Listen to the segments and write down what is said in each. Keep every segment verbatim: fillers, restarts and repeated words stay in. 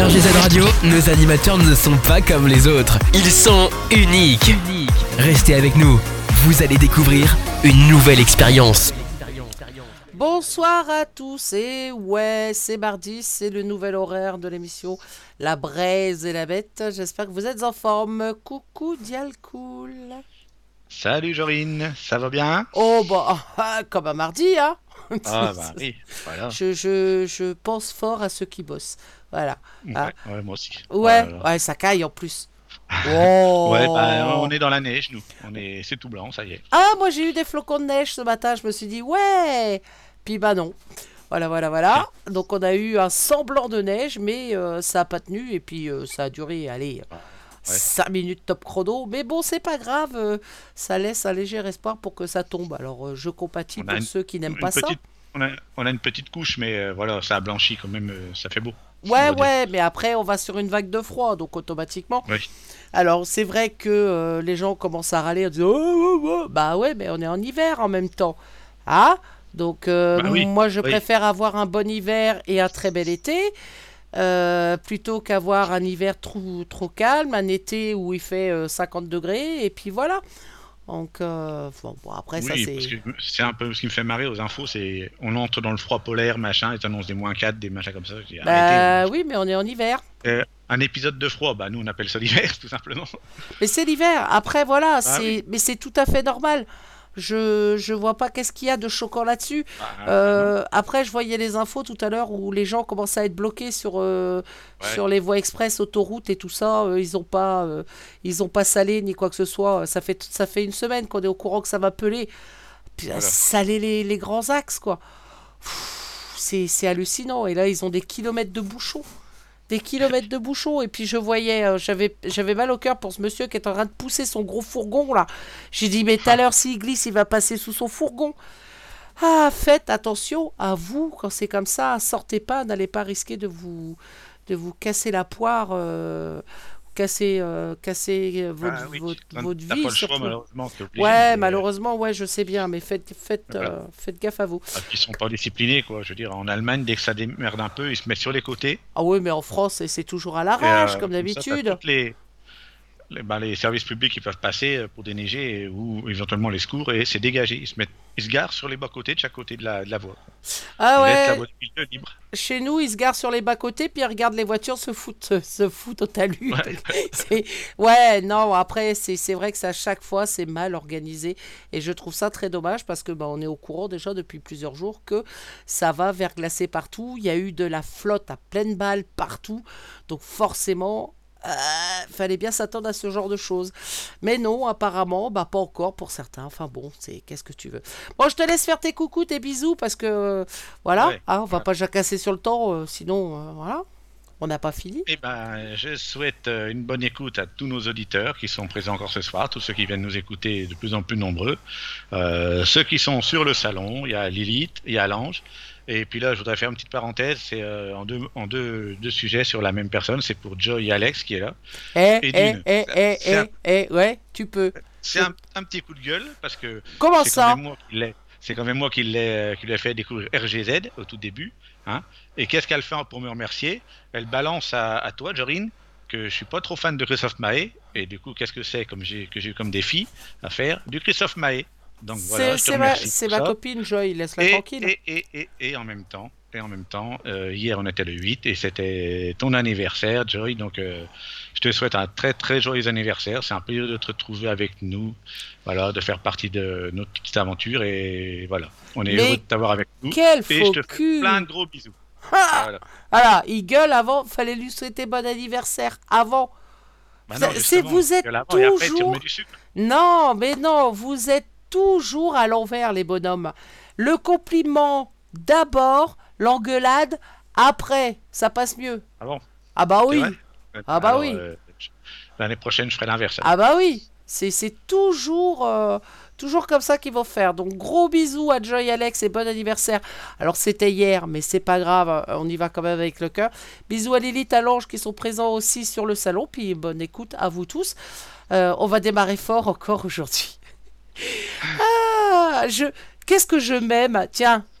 R G Z Radio, nos animateurs ne sont pas comme les autres. Ils sont uniques. Restez avec nous, vous allez découvrir une nouvelle expérience. Bonsoir à tous, et ouais, c'est mardi, c'est le nouvel horaire de l'émission La Braise et la Bête. J'espère que vous êtes en forme. Coucou Dialcool. Salut Jorine, ça va bien? Oh bah, ah, comme un mardi, hein. Ah bah oui, voilà. Je, je, je pense fort à ceux qui bossent. Voilà. Ouais, Ah. ouais, moi aussi. Ouais, Voilà. ouais, ça caille en plus. Oh. Ouais, bah on est dans la neige, nous. On est, c'est tout blanc, ça y est. Ah, moi j'ai eu des flocons de neige ce matin, je me suis dit ouais. Puis bah non. Voilà, voilà, voilà. Donc on a eu un semblant de neige, mais euh, ça a pas tenu et puis euh, ça a duré, allez, cinq minutes top chrono. Mais bon, c'est pas grave, euh, ça laisse un léger espoir pour que ça tombe. Alors euh, je compatis On a pour une- ceux qui n'aiment Une pas ça. petite- on, a, on a une petite couche, mais euh, voilà, ça a blanchi quand même, euh, ça fait beau. Ouais, on va dire. ouais, mais après on va sur une vague de froid, donc automatiquement. Oui. Alors c'est vrai que euh, les gens commencent à râler en disant oh, oh, oh. Bah ouais, mais on est en hiver en même temps. Ah, donc euh, Bah oui, moi je oui. préfère avoir un bon hiver et un très bel été euh, plutôt qu'avoir un hiver trop, trop calme, un été où il fait euh, cinquante degrés et puis voilà. Donc euh, bon, bon, après ça Oui, c'est... parce que c'est un peu ce qui me fait marrer aux infos, c'est on entre dans le froid polaire, machin, et t'annonces des moins quatre, des machins comme ça. Je dis, Bah arrêtez. oui, mais on est en hiver. Euh, un épisode de froid, bah nous on appelle ça l'hiver, tout simplement. Mais c'est l'hiver. Après, voilà, c'est... Bah oui. mais c'est tout à fait normal. Je je vois pas qu'est-ce qu'il y a de choquant là-dessus. Bah, Euh, après, je voyais les infos tout à l'heure où les gens commençaient à être bloqués sur euh, Ouais. sur les voies express, autoroutes et tout ça. Euh, ils ont pas euh, ils ont pas salé ni quoi que ce soit. Ça fait ça fait une semaine qu'on est au courant que ça va peler. Puis, Voilà. saler les, les grands axes quoi. Pff, C'est c'est hallucinant. Et là, ils ont des kilomètres de bouchons. Des kilomètres de bouchons. Et puis je voyais, euh, j'avais, j'avais mal au cœur pour ce monsieur qui est en train de pousser son gros fourgon là. J'ai dit, mais tout à l'heure, s'il glisse, il va passer sous son fourgon. Ah, faites attention à vous quand c'est comme ça. Sortez pas, n'allez pas risquer de vous, de vous casser la poire, euh, casser, euh, casser euh, votre, Ah oui, votre, t'as votre t'as vie. pas le choix, surtout. malheureusement, t'es obligé. Ouais, mais, malheureusement, ouais, je sais bien, mais faites, faites, Voilà. euh, faites gaffe à vous. euh, Parce qu'ils sont pas disciplinés, quoi. Je veux dire, en Allemagne, dès que ça démerde un peu, ils se mettent sur les côtés. Ah oui, mais en France, c'est- c'est toujours à Et, l'arrache, euh, comme ça, t'as d'habitude. toutes les, les, bah, les services publics qui peuvent passer euh, pour déneiger et- ou éventuellement les secours et c'est dégagé. Ils se mettent, ils se garent sur les bas-côtés de chaque côté de la, de la voie. Ah Ils laissent la ouais. voie du milieu libre. Chez nous, ils se garent sur les bas-côtés, puis ils regardent les voitures se foutent, se foutent au talus. Ouais. C'est- Ouais, non, après, c'est c'est vrai que ça, à chaque fois, c'est mal organisé. Et je trouve ça très dommage parce que bah, on est au courant déjà depuis plusieurs jours que ça va verglacer partout. Il y a eu de la flotte à pleine balle partout. Donc forcément, euh, fallait bien s'attendre à ce genre de choses. Mais non, apparemment, bah pas encore pour certains. Enfin bon, c'est qu'est-ce que tu veux. Bon, je te laisse faire tes coucous, tes bisous, parce que euh, voilà, Ouais. hein, on va pas jacasser sur le temps, euh, sinon euh, voilà, on n'a pas fini. Eh ben, je souhaite euh, une bonne écoute à tous nos auditeurs qui sont présents encore ce soir, tous ceux qui viennent nous écouter de plus en plus nombreux. Euh, ceux qui sont sur le salon, il y a Lilith, il y a l'ange. Et puis là, je voudrais faire une petite parenthèse, c'est euh, en, deux, en deux, deux sujets sur la même personne, c'est pour Joy et Alex qui est là. Eh, Et eh, d'une. eh, eh, C'est un- eh, eh, ouais, tu peux. C'est un, un petit coup de gueule parce que Comment c'est ça? quand même moi qui l'ai, c'est quand même moi qui l'ai, euh, qui lui ai fait découvrir R G Z au tout début, hein. Et qu'est-ce qu'elle fait pour me remercier? Elle balance à, à toi, Jorine, que je suis pas trop fan de Christophe Maé, et du coup, qu'est-ce que c'est comme j'ai, que j'ai eu comme défi à faire? Du Christophe Maé. Donc C'est voilà, je te c'est ma, remercie c'est pour ma ça. copine Joy, laisse-la Et, tranquille. et, et, et, et en même temps, et en même temps, euh, hier on était le huit et c'était ton anniversaire, Joy. Donc euh, je te souhaite un très très joyeux anniversaire. C'est un plaisir de te retrouver avec nous, voilà, de faire partie de notre petite aventure et voilà, on est Mais heureux de t'avoir avec nous. Quel Et faux je te fais cul! plein de gros bisous. Ah Voilà. voilà, il gueule avant, fallait lui souhaiter bon anniversaire avant. Bah Ça- non, c'est- justement, vous êtes que l'avant et après, tu toujours- remets du sucre. Non, mais non, vous êtes toujours à l'envers, les bonhommes. Le compliment d'abord, l'engueulade après, ça passe mieux. Ah bon? Ah bah C'est oui, vrai? Ah bah Alors, oui. euh, je- l'année prochaine, je ferai l'inverse. ah bah oui. C'est c'est toujours, euh, toujours comme ça qu'ils vont faire. Donc gros bisous à Joy Alex et bon anniversaire. Alors c'était hier, mais c'est pas grave, euh, on y va quand même avec le cœur. Bisous à Lilith, à l'ange qui sont présents aussi sur le salon. Puis bonne écoute à vous tous. Euh, on va démarrer fort encore aujourd'hui. Ah, je, qu'est-ce que je m'aime. Tiens,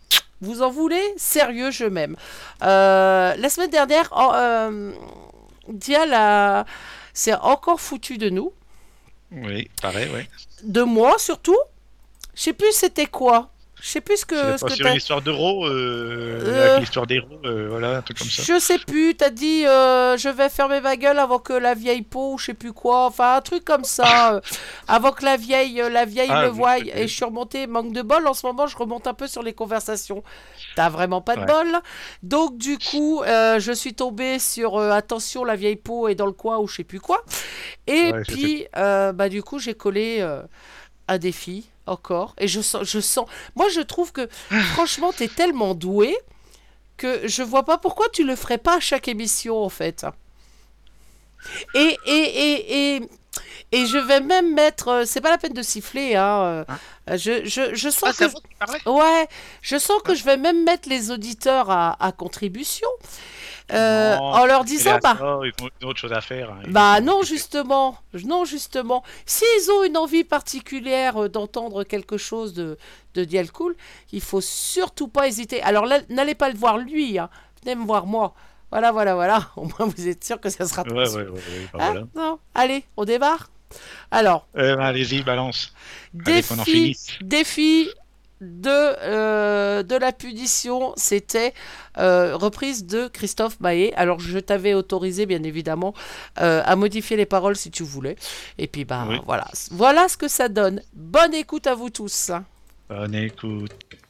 Vous en voulez? Sérieux, je m'aime. Euh, la semaine dernière, en, euh, Dial a... s'est encore foutu de nous. Oui, pareil, oui. De moi, surtout. Je sais plus c'était quoi. Je sais plus ce que, C'est ce pas que sur t'as... l'histoire d'Euro, euh, Euh, avec l'histoire des héros, euh, voilà, un truc comme ça. Je sais plus, t'as dit euh, je vais fermer ma gueule avant que la vieille peau, ou je sais plus quoi, enfin un truc comme ça, euh, avant que la vieille, euh, la vieille Ah, me oui, voie, ok. et je suis remontée, manque de bol, en ce moment je remonte un peu sur les conversations. T'as vraiment pas de Ouais. bol. Donc du coup, euh, je suis tombée sur euh, attention, la vieille peau est dans le coin ou je sais plus quoi. Et Ouais, c'est- puis, euh, bah du coup, j'ai collé euh, un défi encore, et je sens, je sens, moi je trouve que franchement t'es tellement doué que je vois pas pourquoi tu le ferais pas à chaque émission en fait. Et et et et, et je vais même mettre, euh, c'est pas la peine de siffler hein. Hein euh, je, je, je Ah, sens c'est que à moi qui parlais? ouais, je sens que Hein je vais même mettre les auditeurs à, à contribution euh, Non, en leur les disant bah Astor, ils ont ils ont autre chose à faire. Hein, ils bah sont non occupés. justement, non justement. S'ils ont une envie particulière euh, d'entendre quelque chose de, de Dial Cool, il faut surtout pas hésiter. Alors là, n'allez pas le voir lui, hein. Venez me voir moi. Voilà, voilà, voilà. Au moins vous êtes sûr que ça sera Ouais, très ouais, sûr. ouais, ouais, bah Hein voilà. non. Allez, on démarre. Alors, Euh, bah, allez-y, balance. Allez, qu'on en défi, finisse. défi de, euh, de la punition, c'était euh, reprise de Christophe Maé. Alors je t'avais autorisé bien évidemment euh, à modifier les paroles si tu voulais. Et puis bah Oui. voilà, voilà ce que ça donne. Bonne écoute à vous tous. Bonne écoute.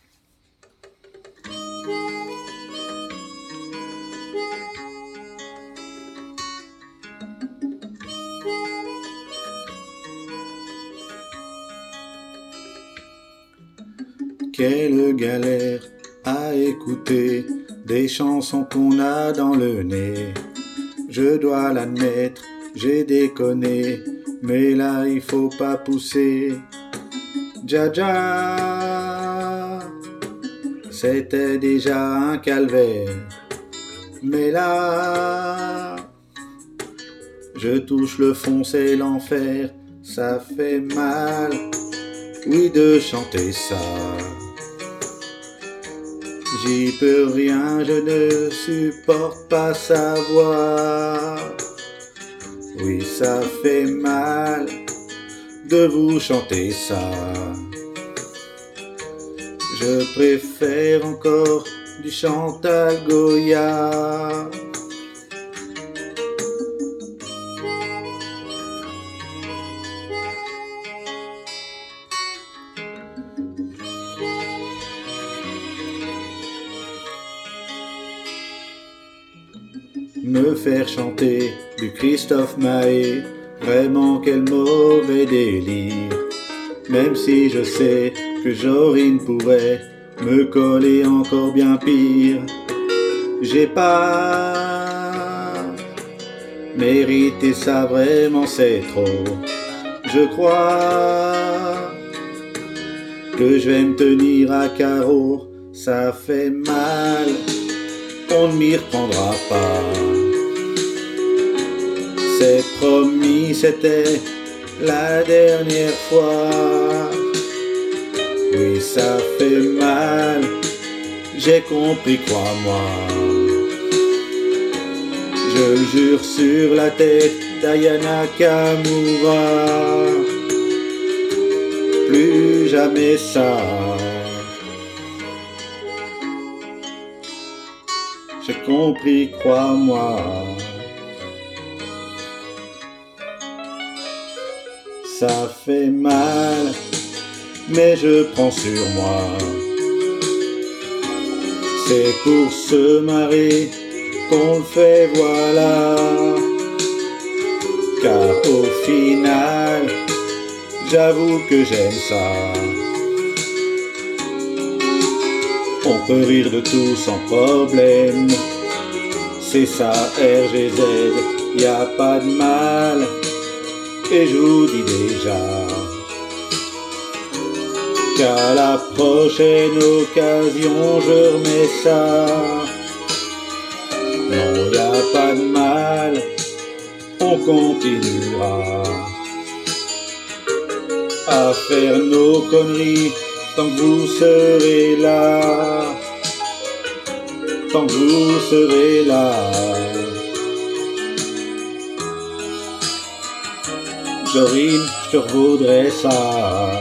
Quelle galère à écouter des chansons qu'on a dans le nez. Je dois l'admettre, j'ai déconné, mais là il faut pas pousser. Dja-dja, c'était déjà un calvaire, mais là, je touche le fond, c'est l'enfer, ça fait mal, oui de chanter ça. J'y peux rien, je ne supporte pas sa voix. Oui, ça fait mal de vous chanter ça. Je préfère encore du Chantal Goya. Me faire chanter du Christophe Maé, vraiment quel mauvais délire. Même si je sais que Jorine pourrait me coller encore bien pire. J'ai pas mérité ça, vraiment c'est trop. Je crois que je vais me tenir à carreau, ça fait mal, on ne m'y reprendra pas. C'est promis, c'était la dernière fois. Oui, ça fait mal, j'ai compris, crois-moi. Je jure sur la tête d'Ayana Kamura, plus jamais ça. J'ai compris, crois-moi. Ça fait mal, mais je prends sur moi. C'est pour se marrer qu'on le fait, voilà. Car au final, j'avoue que j'aime ça. On peut rire de tout sans problème. C'est ça, R G Z, y a pas de mal. Et je vous dis déjà qu'à la prochaine occasion je remets ça. Non, y a pas de mal, on continuera à faire nos conneries tant que vous serez là. quand vous serez là. Jorine, je voudrais ça.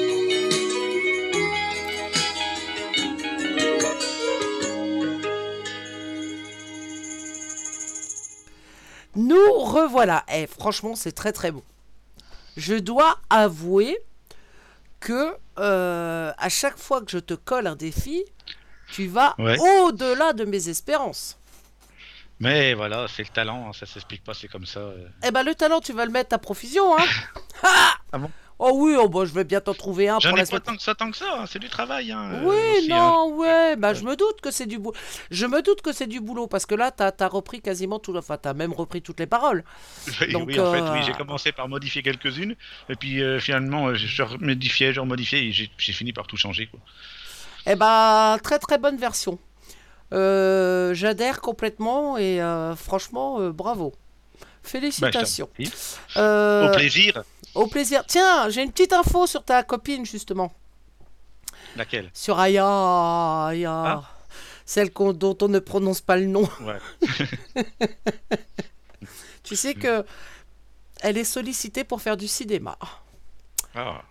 Nous revoilà. Eh, franchement, c'est très très bon. Je dois avouer que euh, à chaque fois que je te colle un défi, tu vas Ouais. au-delà de mes espérances. Mais voilà, c'est le talent, hein, ça s'explique pas, c'est comme ça. euh. Eh ben, le talent, tu vas le mettre à profusion, hein. Ah Ah bon? Oh oui, oh, bon, je vais bien t'en trouver un J'en pour ai la pas semaine. tant que ça, tant que ça, hein, c'est du travail. Hein, euh, Oui, aussi, hein. non, ouais, bah je me doute que c'est du boulot. Je me doute que c'est du boulot parce que là, t'as, t'as repris quasiment tout, enfin, t'as même repris toutes les paroles. Oui, Donc, oui, en fait, euh, oui, j'ai commencé par modifier quelques-unes, et puis euh, finalement, euh, je remodifiais, je remodifiais, et j'ai j'ai fini par tout changer, quoi. Eh ben, très très bonne version. Euh, j'adhère complètement et euh, franchement, euh, bravo. Bah, je t'en Félicitations. prie. Euh, Au plaisir. au plaisir. Tiens, j'ai une petite info sur ta copine justement. Laquelle? Sur Aya, Aya. Ah. Celle qu'on- dont on ne prononce pas le nom. Ouais. Tu sais que elle est sollicitée pour faire du cinéma. Ah.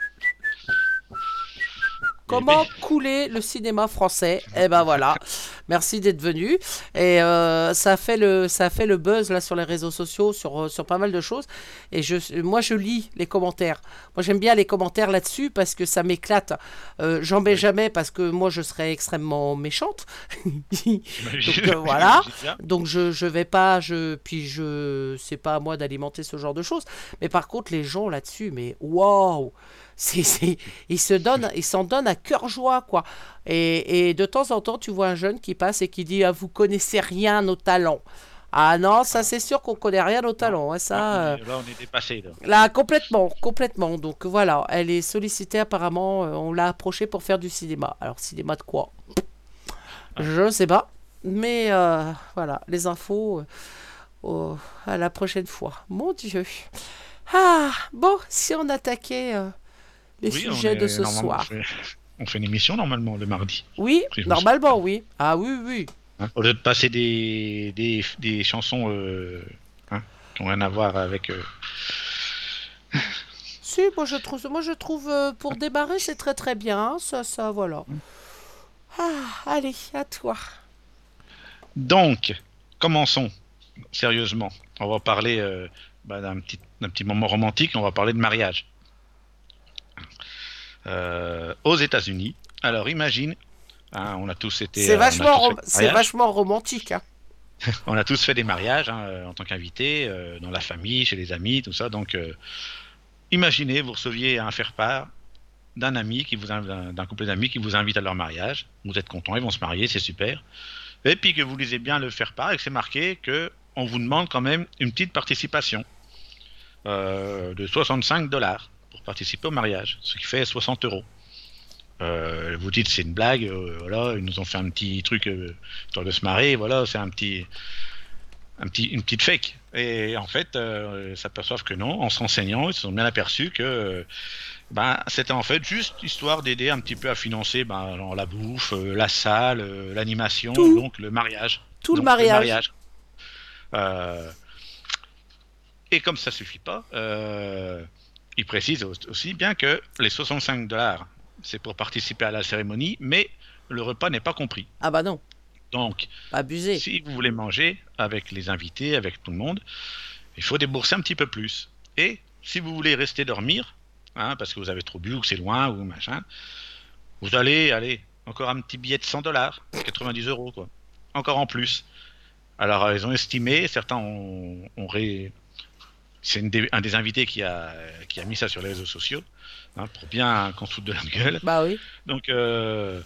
Comment couler le cinéma français? Eh ben voilà. Merci d'être venu. Et euh, ça a fait le ça a fait le buzz là sur les réseaux sociaux sur euh, sur pas mal de choses. Et je moi je lis les commentaires. Moi j'aime bien les commentaires là-dessus parce que ça m'éclate. Euh, j'en mets jamais parce que moi je serais extrêmement méchante. Donc euh, voilà. Donc je je vais pas je puis je c'est pas à moi d'alimenter ce genre de choses. Mais par contre les gens là-dessus mais waouh. C'est, c'est, ils se donnent, ils s'en donnent à cœur joie, quoi. Et, et de temps en temps, tu vois un jeune qui passe et qui dit ah, vous connaissez rien nos talents. Ah non, ça c'est sûr qu'on connaît rien nos talents. Hein, ça, Là, euh, on est, là, on est dépassé. Là. là, complètement, complètement. Donc voilà, elle est sollicitée apparemment. euh, On l'a approchée pour faire du cinéma. Alors cinéma de quoi? Je sais pas. Mais euh, voilà, les infos euh, au- à la prochaine fois. Mon Dieu. Ah bon, si on attaquait. euh, les Oui, on sujets est- de ce normalement, soir. On fait, on fait une émission normalement le mardi. Oui, Si je me normalement, oui. Ah oui, oui. Hein, au lieu de passer des, des, des chansons euh, hein, qui n'ont rien à voir avec. euh, Si, moi je trouve, moi je trouve euh, pour démarrer, c'est très très bien. Ça, ça, voilà. Ah, allez, à toi. Donc, commençons sérieusement. On va parler euh, bah, d'un petit, d'un petit moment romantique. On va parler de mariage. Euh, aux États-Unis. Alors, imagine, hein, on a tous été. C'est euh, on a vachement, tous fait rom- des c'est mariages. vachement romantique. Hein. On a tous fait des mariages hein, euh, en tant qu'invité, euh, dans la famille, chez les amis, tout ça. Donc, euh, imaginez, vous receviez un faire-part d'un ami qui vous inv- d'un d'un couple d'amis qui vous invite à leur mariage. Vous êtes content, ils vont se marier, c'est super. Et puis que vous lisez bien le faire-part et que c'est marqué que on vous demande quand même une petite participation euh, de soixante-cinq dollars pour participer au mariage, ce qui fait soixante euros. Euh, vous dites c'est une blague, euh, voilà, ils nous ont fait un petit truc euh, histoire de se marrer, voilà, c'est un petit, un petit, une petite fake. Et en fait, euh, ils s'aperçoivent que non, en se renseignant, ils se sont bien aperçus que euh, ben, c'était en fait juste histoire d'aider un petit peu à financer ben, genre, la bouffe, euh, la salle, euh, l'animation, Tout. donc le mariage. Tout le Donc, mariage. Euh, et comme ça suffit pas, euh, il précise au- aussi bien que les soixante-cinq dollars, c'est pour participer à la cérémonie, mais le repas n'est pas compris. Ah bah non, Donc, abusé. si vous voulez manger avec les invités, avec tout le monde, il faut débourser un petit peu plus. Et si vous voulez rester dormir, hein, parce que vous avez trop bu ou que c'est loin ou machin, vous allez, allez, encore un petit billet de cent dollars, quatre-vingt-dix euros, quoi. Encore en plus. Alors, euh, ils ont estimé, certains ont, ont ré... C'est une des- un des invités qui a, qui a mis ça sur les réseaux sociaux, hein, pour bien qu'on se foute de la gueule. Bah oui. Donc, euh,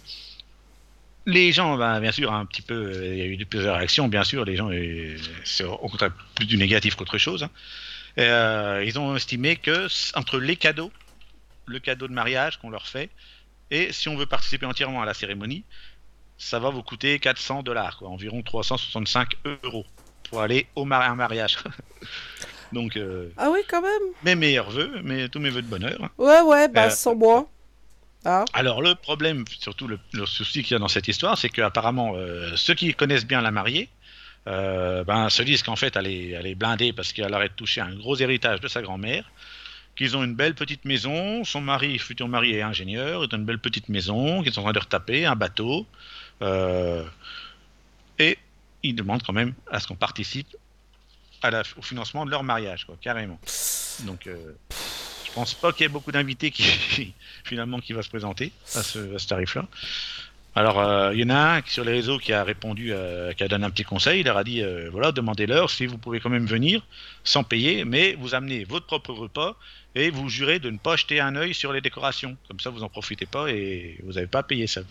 les gens, ben, bien sûr, un petit peu, euh, il y a eu plusieurs réactions, bien sûr, les gens, euh, c'est au contraire plus du négatif qu'autre chose. Hein. Et, euh, ils ont estimé que c- entre les cadeaux, le cadeau de mariage qu'on leur fait, et si on veut participer entièrement à la cérémonie, ça va vous coûter quatre cents dollars, quoi, environ trois cent soixante-cinq euros pour aller au mari- un mariage. Donc, euh, Ah oui, quand même. mes meilleurs vœux, mes, tous mes vœux de bonheur. Hein. Ouais, ouais, bah Euh, sans moi. Hein? Alors le problème, surtout le, le souci qu'il y a dans cette histoire, c'est qu'apparemment euh, ceux qui connaissent bien la mariée euh, ben, se disent qu'en fait elle est, elle est blindée parce qu'elle aurait touché un gros héritage de sa grand-mère, qu'ils ont une belle petite maison, son mari, futur mari est ingénieur, ils ont une belle petite maison, qu'ils sont en train de retaper, un bateau, euh, et ils demandent quand même à ce qu'on participe à la, au financement de leur mariage, quoi, carrément. Donc euh, je pense pas qu'il y ait beaucoup d'invités qui finalement qui va se présenter à ce, à ce tarif-là. Alors, il euh, y en a un sur les réseaux qui a répondu, euh, qui a donné un petit conseil. Il leur a dit euh, voilà, demandez-leur si vous pouvez quand même venir sans payer, mais vous amenez votre propre repas et vous jurez de ne pas jeter un œil sur les décorations. Comme ça, vous en profitez pas et vous n'avez pas à payer ça.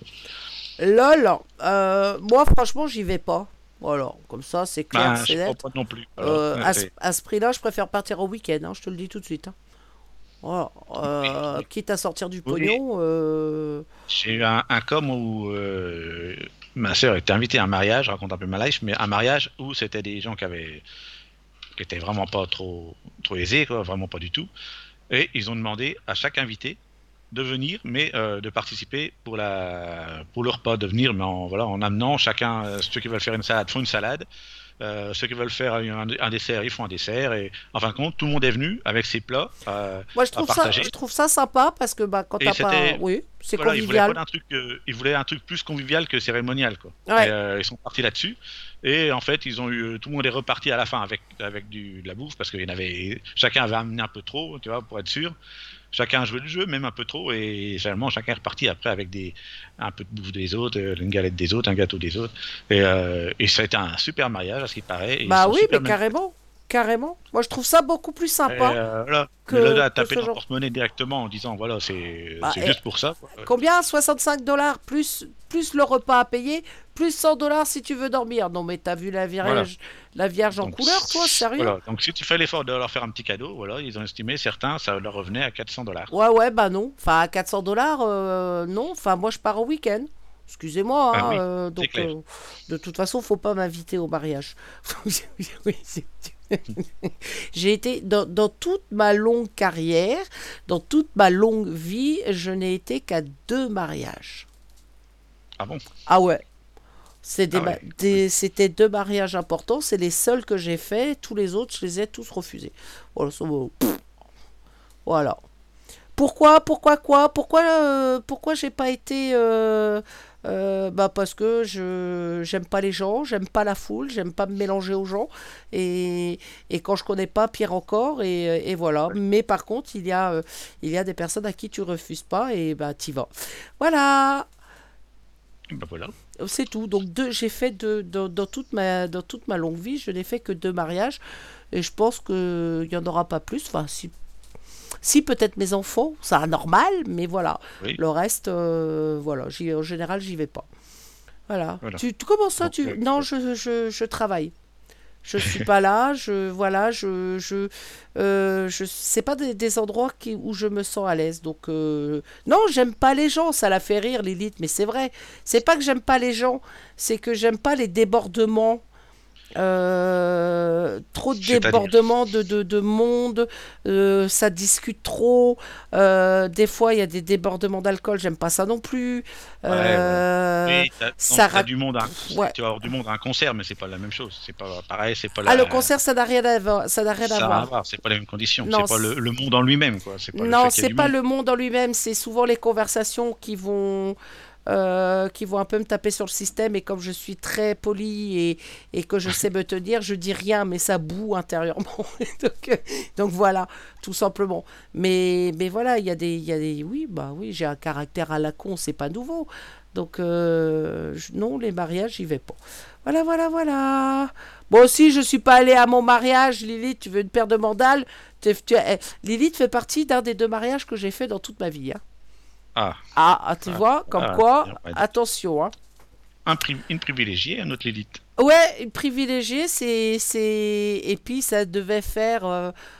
Lol, euh, moi franchement j'y vais pas. Voilà, comme ça c'est clair, Ben, c'est je crois net. pas non plus. Alors, Euh, ouais, à, ce, c'est- à ce prix-là, je préfère partir au week-end, hein, je te le dis tout de suite. Hein. Voilà, euh, quitte à sortir du Oui. pognon. euh, J'ai eu un, un com où euh, ma sœur était invitée à un mariage, je raconte un peu ma life, mais un mariage où c'était des gens qui avaient qui étaient vraiment pas trop trop aisés, quoi, vraiment pas du tout. Et ils ont demandé à chaque invité de venir, mais euh, de participer pour la pour le repas, de venir, mais en voilà en amenant chacun euh, ceux qui veulent faire une salade font une salade. Euh, ceux qui veulent faire un, un dessert, ils font un dessert. Et en fin de compte, tout le monde est venu avec ses plats euh, Moi, je à trouve ça, partager. je trouve ça sympa parce que bah, quand Et t'as pas, c'était oui, c'est voilà, ils voulaient pas convivial. d'un truc, euh, ils voulaient un truc plus convivial que cérémonial, quoi. Ouais. Et, euh, ils sont partis là-dessus. Et en fait, ils ont eu, tout le monde est reparti à la fin avec avec du de la bouffe parce qu'il y en avait, chacun avait amené un peu trop, tu vois, pour être sûr. Chacun a joué le jeu, même un peu trop, et finalement chacun est reparti après avec des un peu de bouffe des autres, euh, une galette des autres, un gâteau des autres. Et, euh, et ça a été un super mariage, à ce qui paraît. Et ils Bah sont oui, super mais bien. carrément, carrément. Moi, je trouve ça beaucoup plus Et, sympa euh, voilà. que, Mais là, à que taper ce dans le genre. porte-monnaie directement en disant voilà, c'est Bah, c'est et- juste pour ça, quoi. Combien? soixante-cinq dollars plus, plus le repas à payer, plus cent dollars si tu veux dormir. Non, mais t'as vu la vierge, la vierge en Donc, couleur, toi, sérieux? voilà. Donc si tu fais l'effort de leur faire un petit cadeau, voilà, ils ont estimé certains, ça leur revenait à quatre cents dollars. Ouais, ouais, bah non. Enfin, à quatre cents dollars, euh, non. Enfin, moi, je pars au week-end. Excusez-moi, Ah hein, oui, euh, c'est donc clair. euh, de toute façon, faut pas m'inviter au mariage. Oui, c'est- J'ai été dans, dans toute ma longue carrière, dans toute ma longue vie, je n'ai été qu'à deux mariages. Ah bon? Ah ouais, c'est des Ah ma- ouais. des- c'était deux mariages importants, c'est les seuls que j'ai faits, tous les autres, je les ai tous refusés. Voilà, ça va- pff, voilà. Pourquoi, pourquoi quoi? Pourquoi, euh, pourquoi j'ai pas été euh, euh, bah parce que je j'aime pas les gens, j'aime pas la foule, j'aime pas me mélanger aux gens et, et quand je connais pas, pire encore et, et voilà. Mais par contre, il y a euh, il y a des personnes à qui tu refuses pas et bah t'y vas. Voilà. Ben voilà. C'est tout. Donc deux, j'ai fait deux, dans, dans toute ma, dans toute ma longue vie, je n'ai fait que deux mariages. Et je pense qu'il n'y en aura pas plus. Enfin, si, si peut-être mes enfants, c'est anormal, mais voilà. Oui. Le reste, euh, voilà. J'y- en général, j'y vais pas. Voilà. Voilà. Tu, tu comment ça Donc, tu... euh, Non, je, je, je travaille. Je suis pas là, je voilà, je je euh, je c'est pas des, des endroits qui, où je me sens à l'aise. Donc euh, non, j'aime pas les gens, ça la fait rire Lilith, mais c'est vrai. C'est pas que j'aime pas les gens, c'est que j'aime pas les débordements. Euh, trop de C'est-à-dire? débordements de, de, de monde, euh, ça discute trop. Euh, des fois, il y a des débordements d'alcool, j'aime pas ça non plus. Ouais, Euh, Oui, t'as, ça donc, t'as rac- du monde à un, ouais. tu vas avoir du monde à un concert, mais c'est pas la même chose. C'est pas pareil, c'est pas Ah, la. le concert, ça n'a rien à voir. Ça n'a rien Ça à a voir. à voir, c'est pas les mêmes conditions. Non, c'est pas le, le monde en lui-même, quoi. C'est pas le Non, fait qu'il y ait c'est du pas monde. le monde en lui-même, c'est souvent les conversations qui vont, euh, qui vont un peu me taper sur le système. Et comme je suis très polie et, et que je sais me tenir, je dis rien, mais ça boue intérieurement. donc, euh, donc voilà, tout simplement. Mais, mais voilà, il y a des, il y a des, oui, bah oui, j'ai un caractère à la con, c'est pas nouveau. Donc euh, je- non, les mariages, j'y vais pas. Voilà, voilà, voilà. Bon, si je suis pas allée à mon mariage, Lilith, tu veux une paire de mandales? Tu- tu- eh, Lilith fait partie d'un des deux mariages que j'ai fait dans toute ma vie. Hein. Ah, Ah, ah, tu Ah, vois, comme ah, quoi, bien, ouais. attention. Hein. un pri- une privilégiée, un autre l'élite. Ouais, une privilégiée, c'est, c'est... Et puis, ça devait faire euh,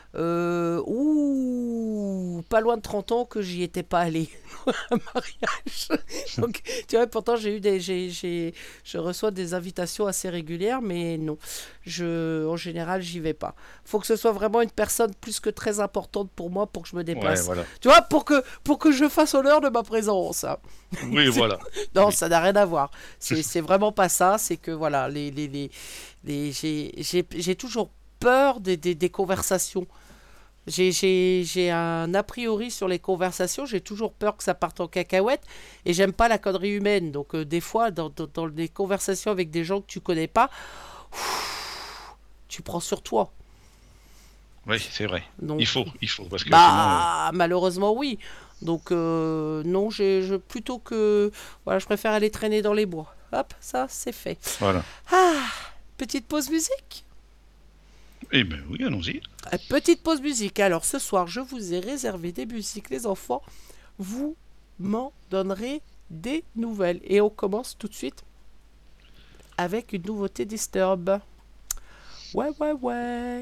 Euh, ouh, pas loin de trente ans que j'y étais pas allé un mariage. Donc, tu vois, pourtant j'ai eu des, j'ai, j'ai, je reçois des invitations assez régulières, mais non, je, en général, j'y vais pas. Faut que ce soit vraiment une personne plus que très importante pour moi pour que je me déplace. Ouais, voilà. Tu vois, pour que, pour que je fasse honneur de ma présence. Oui, voilà. Non, Oui. ça n'a rien à voir. C'est, c'est vraiment pas ça. C'est que voilà, les, les, les, les, j'ai, j'ai, j'ai toujours peur des, des, des conversations. J'ai, j'ai, j'ai un a priori sur les conversations, j'ai toujours peur que ça parte en cacahuète et j'aime pas la connerie humaine. Donc euh, des fois, dans, dans, dans les conversations avec des gens que tu connais pas, ouf, tu prends sur toi. Oui, c'est vrai. Donc, Il faut, il faut, parce que bah, malheureusement oui. Donc euh, non, j'ai, je, plutôt que... Voilà, je préfère aller traîner dans les bois. Hop, ça c'est fait. sinon, euh, voilà. Ah, petite pause musique. Eh ben oui, allons-y. Euh, Petite pause musique. Alors ce soir, je vous ai réservé des musiques, les enfants. Vous m'en donnerez des nouvelles. Et on commence tout de suite avec une nouveauté Disturb. Ouais, ouais, ouais.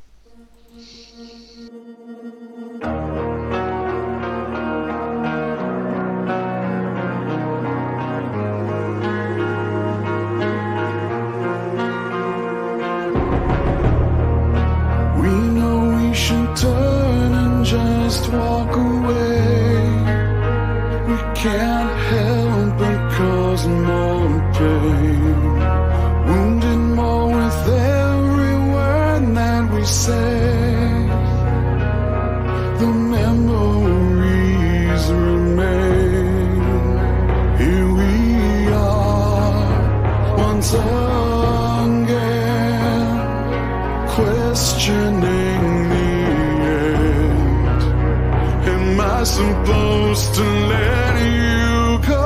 We know we should turn and just walk away. We can't help but cause more pain. Wounded more with every word that we say. The memories remain. Here we are once again, questioning the end. Am I supposed to let you go?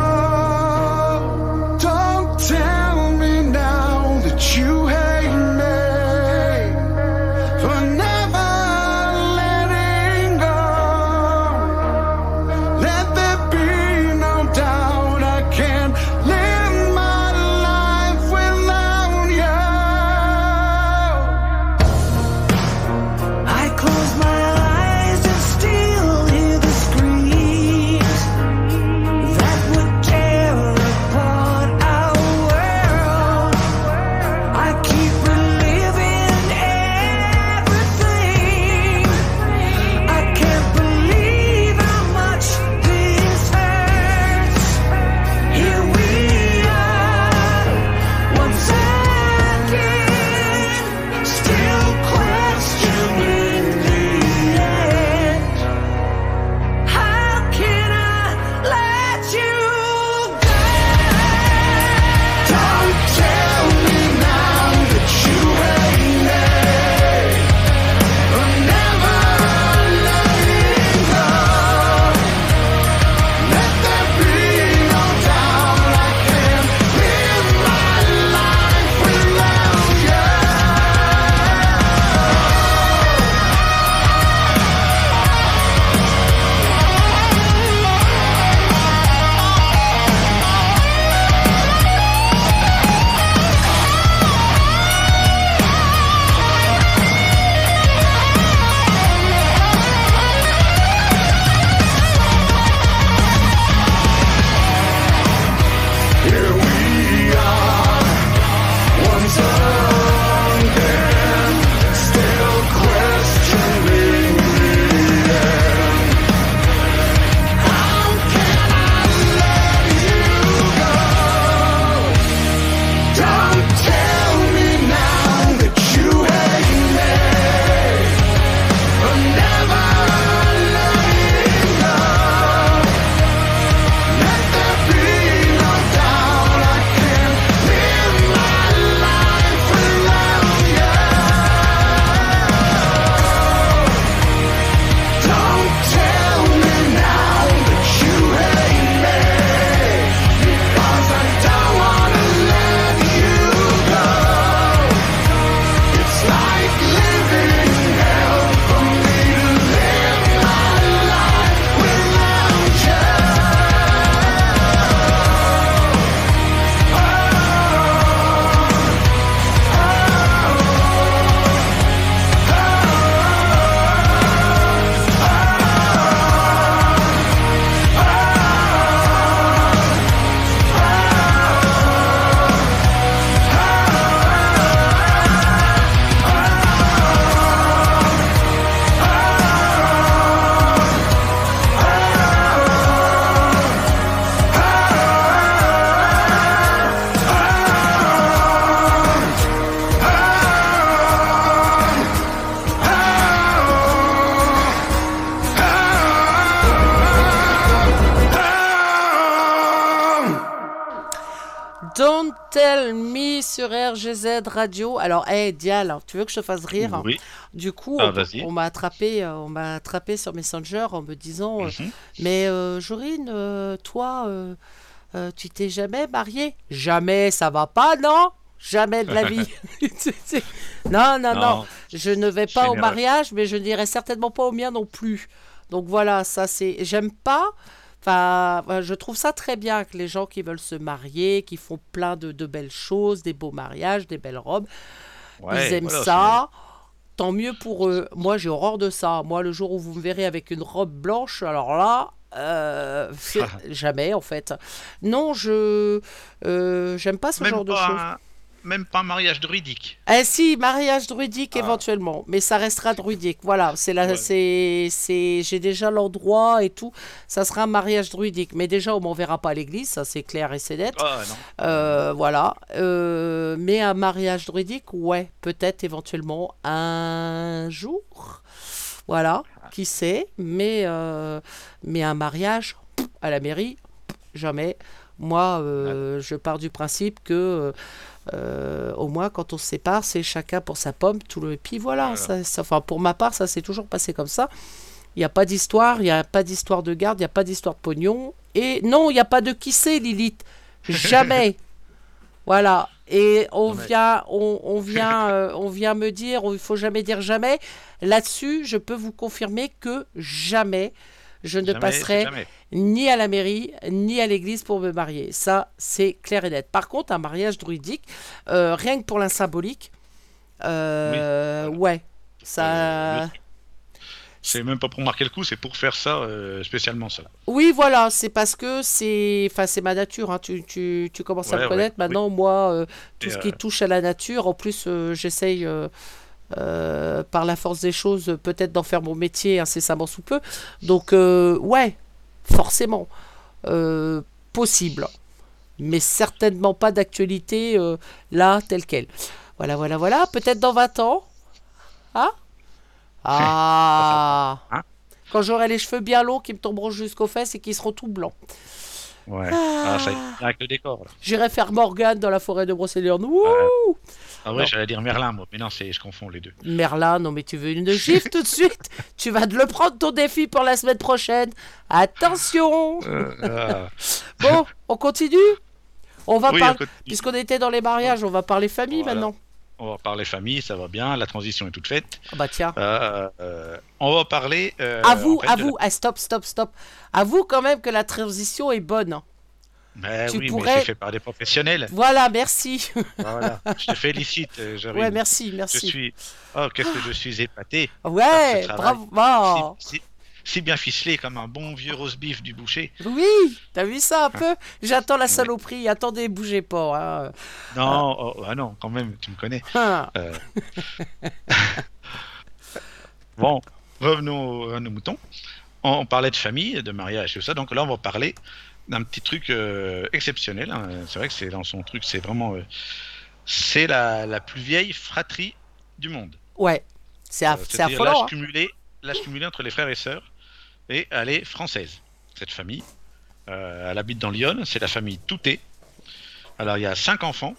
Don't tell me now that you hate me for never letting go. Let there be no doubt I can't live my life without you. I close my eyes and still hear the screams that Don't Tell Me sur R G Z Radio. Alors, hey, Dial, tu veux que je te fasse rire? Oui. Du coup, Ah, on, vas-y. on m'a attrapé, euh, on m'a attrapé sur Messenger en me disant, euh, Mhm. mais euh, Jorine, euh, toi, euh, euh, tu t'es jamais mariée? Jamais, ça va pas, non? Jamais de la vie. C'est- c'est- non, non, non, Non, je ne vais c'est pas une au erreur. mariage, mais je n'irai certainement pas au mien non plus. Donc voilà, ça c'est, j'aime pas. Enfin, euh, je trouve ça très bien que les gens qui veulent se marier, qui font plein de, de belles choses, des beaux mariages, des belles robes, ils Ouais, aiment voilà, ça. Tant mieux pour eux. Moi, j'ai horreur de ça. Moi, le jour où vous me verrez avec une robe blanche, alors là, euh, c'est- jamais en fait. Non, je euh, j'aime pas ce c'est- Même genre de choses. pas, un... même pas un mariage druidique. Eh si, mariage druidique Ah. éventuellement, mais ça restera druidique. Voilà, c'est la, Ouais. c'est, c'est, j'ai déjà l'endroit et tout. Ça sera un mariage druidique, mais déjà on m'enverra pas à l'église, ça c'est clair et c'est net. Ah non. Euh, voilà, Euh, mais un mariage druidique, ouais, peut-être éventuellement un jour. Voilà, qui sait, mais euh, mais un mariage pff, à la mairie, pff, jamais. Moi, euh, je pars du principe que euh, euh, au moins, quand on se sépare, c'est chacun pour sa pomme, tout le. Et puis voilà, Voilà. ça, ça- enfin, pour ma part, ça s'est toujours passé comme ça. Il n'y a pas d'histoire, il n'y a pas d'histoire de garde, il n'y a pas d'histoire de pognon. Et non, il n'y a pas de qui c'est, Lilith. Jamais. Voilà. Et on Ouais. vient, on, on vient, euh, on vient me dire, il faut jamais dire jamais. Là-dessus, je peux vous confirmer que jamais je ne Jamais, passerai jamais. ni à la mairie, ni à l'église pour me marier. Ça, c'est clair et net. Par contre, un mariage druidique, euh, rien que pour la symbolique, euh, ouais, ça... Euh, le- C'est même pas pour marquer le coup, c'est pour faire ça, euh, spécialement ça. Oui, voilà, c'est parce que c'est, enfin, c'est ma nature. Hein. Tu, tu, tu commences à Ouais, me ouais, connaître. oui. Maintenant, moi, euh, tout Et, ce qui euh, touche à la nature, en plus, euh, j'essaye, euh, euh, par la force des choses, euh, peut-être d'en faire mon métier incessamment sous peu. Donc, euh, ouais, forcément, euh, possible, mais certainement pas d'actualité euh, là, telle quelle. Voilà, voilà, voilà. Peut-être dans vingt ans. Hein? Ah! Hein? Quand j'aurai les cheveux bien longs qui me tomberont jusqu'aux fesses et qui seront tout blancs. Ouais. Ah, ça y est, avec le décor. Là. J'irai faire Morgane dans la forêt de Brocéliande. Wouh! Ah ouais, Non. j'allais dire Merlin, moi. Mais non, c'est, je confonds les deux. Merlin, non mais tu veux une gifle tout de suite? Tu vas te le prendre ton défi pour la semaine prochaine. Attention! Euh, Bon, on continue? On va oui, parler, on continue. puisqu'on était dans les mariages, on va parler famille Voilà. maintenant. On va parler famille, ça va bien, la transition est toute faite. Ah bah tiens. Euh, euh, on va parler. Euh, Avoue, en fait, de avoue, ah, stop, stop, stop. Avoue quand même que la transition est bonne. la- Mais tu oui, pourrais- mais c'est fait par des professionnels. Voilà, merci. Voilà. Je te félicite, euh, Jorine. Ouais, merci, Je merci. suis. Oh, qu'est-ce que je suis épaté. Ouais, ce travail. bravo. Si, si- si bien ficelé comme un bon vieux roast beef du boucher. Oui, t'as vu ça un peu? J'attends la saloperie. Attendez, bougez pas. Hein. Non, oh, ah non, quand même, tu me connais. Ah. Euh. Bon, revenons au- à nos moutons. On, on parlait de famille, de mariage, tout ça. Donc là, on va parler d'un petit truc euh, exceptionnel. Hein. C'est vrai que c'est dans son truc, c'est vraiment. euh, c'est la, la plus vieille fratrie du monde. Ouais, c'est Euh, aff- c'est c'est-à-dire affolant. l'âge Hein. cumulé, l'âge cumulé entre les frères et sœurs. Et elle est française, cette famille. Euh, elle habite dans Lyon, c'est la famille Toutet. Alors il y a cinq enfants.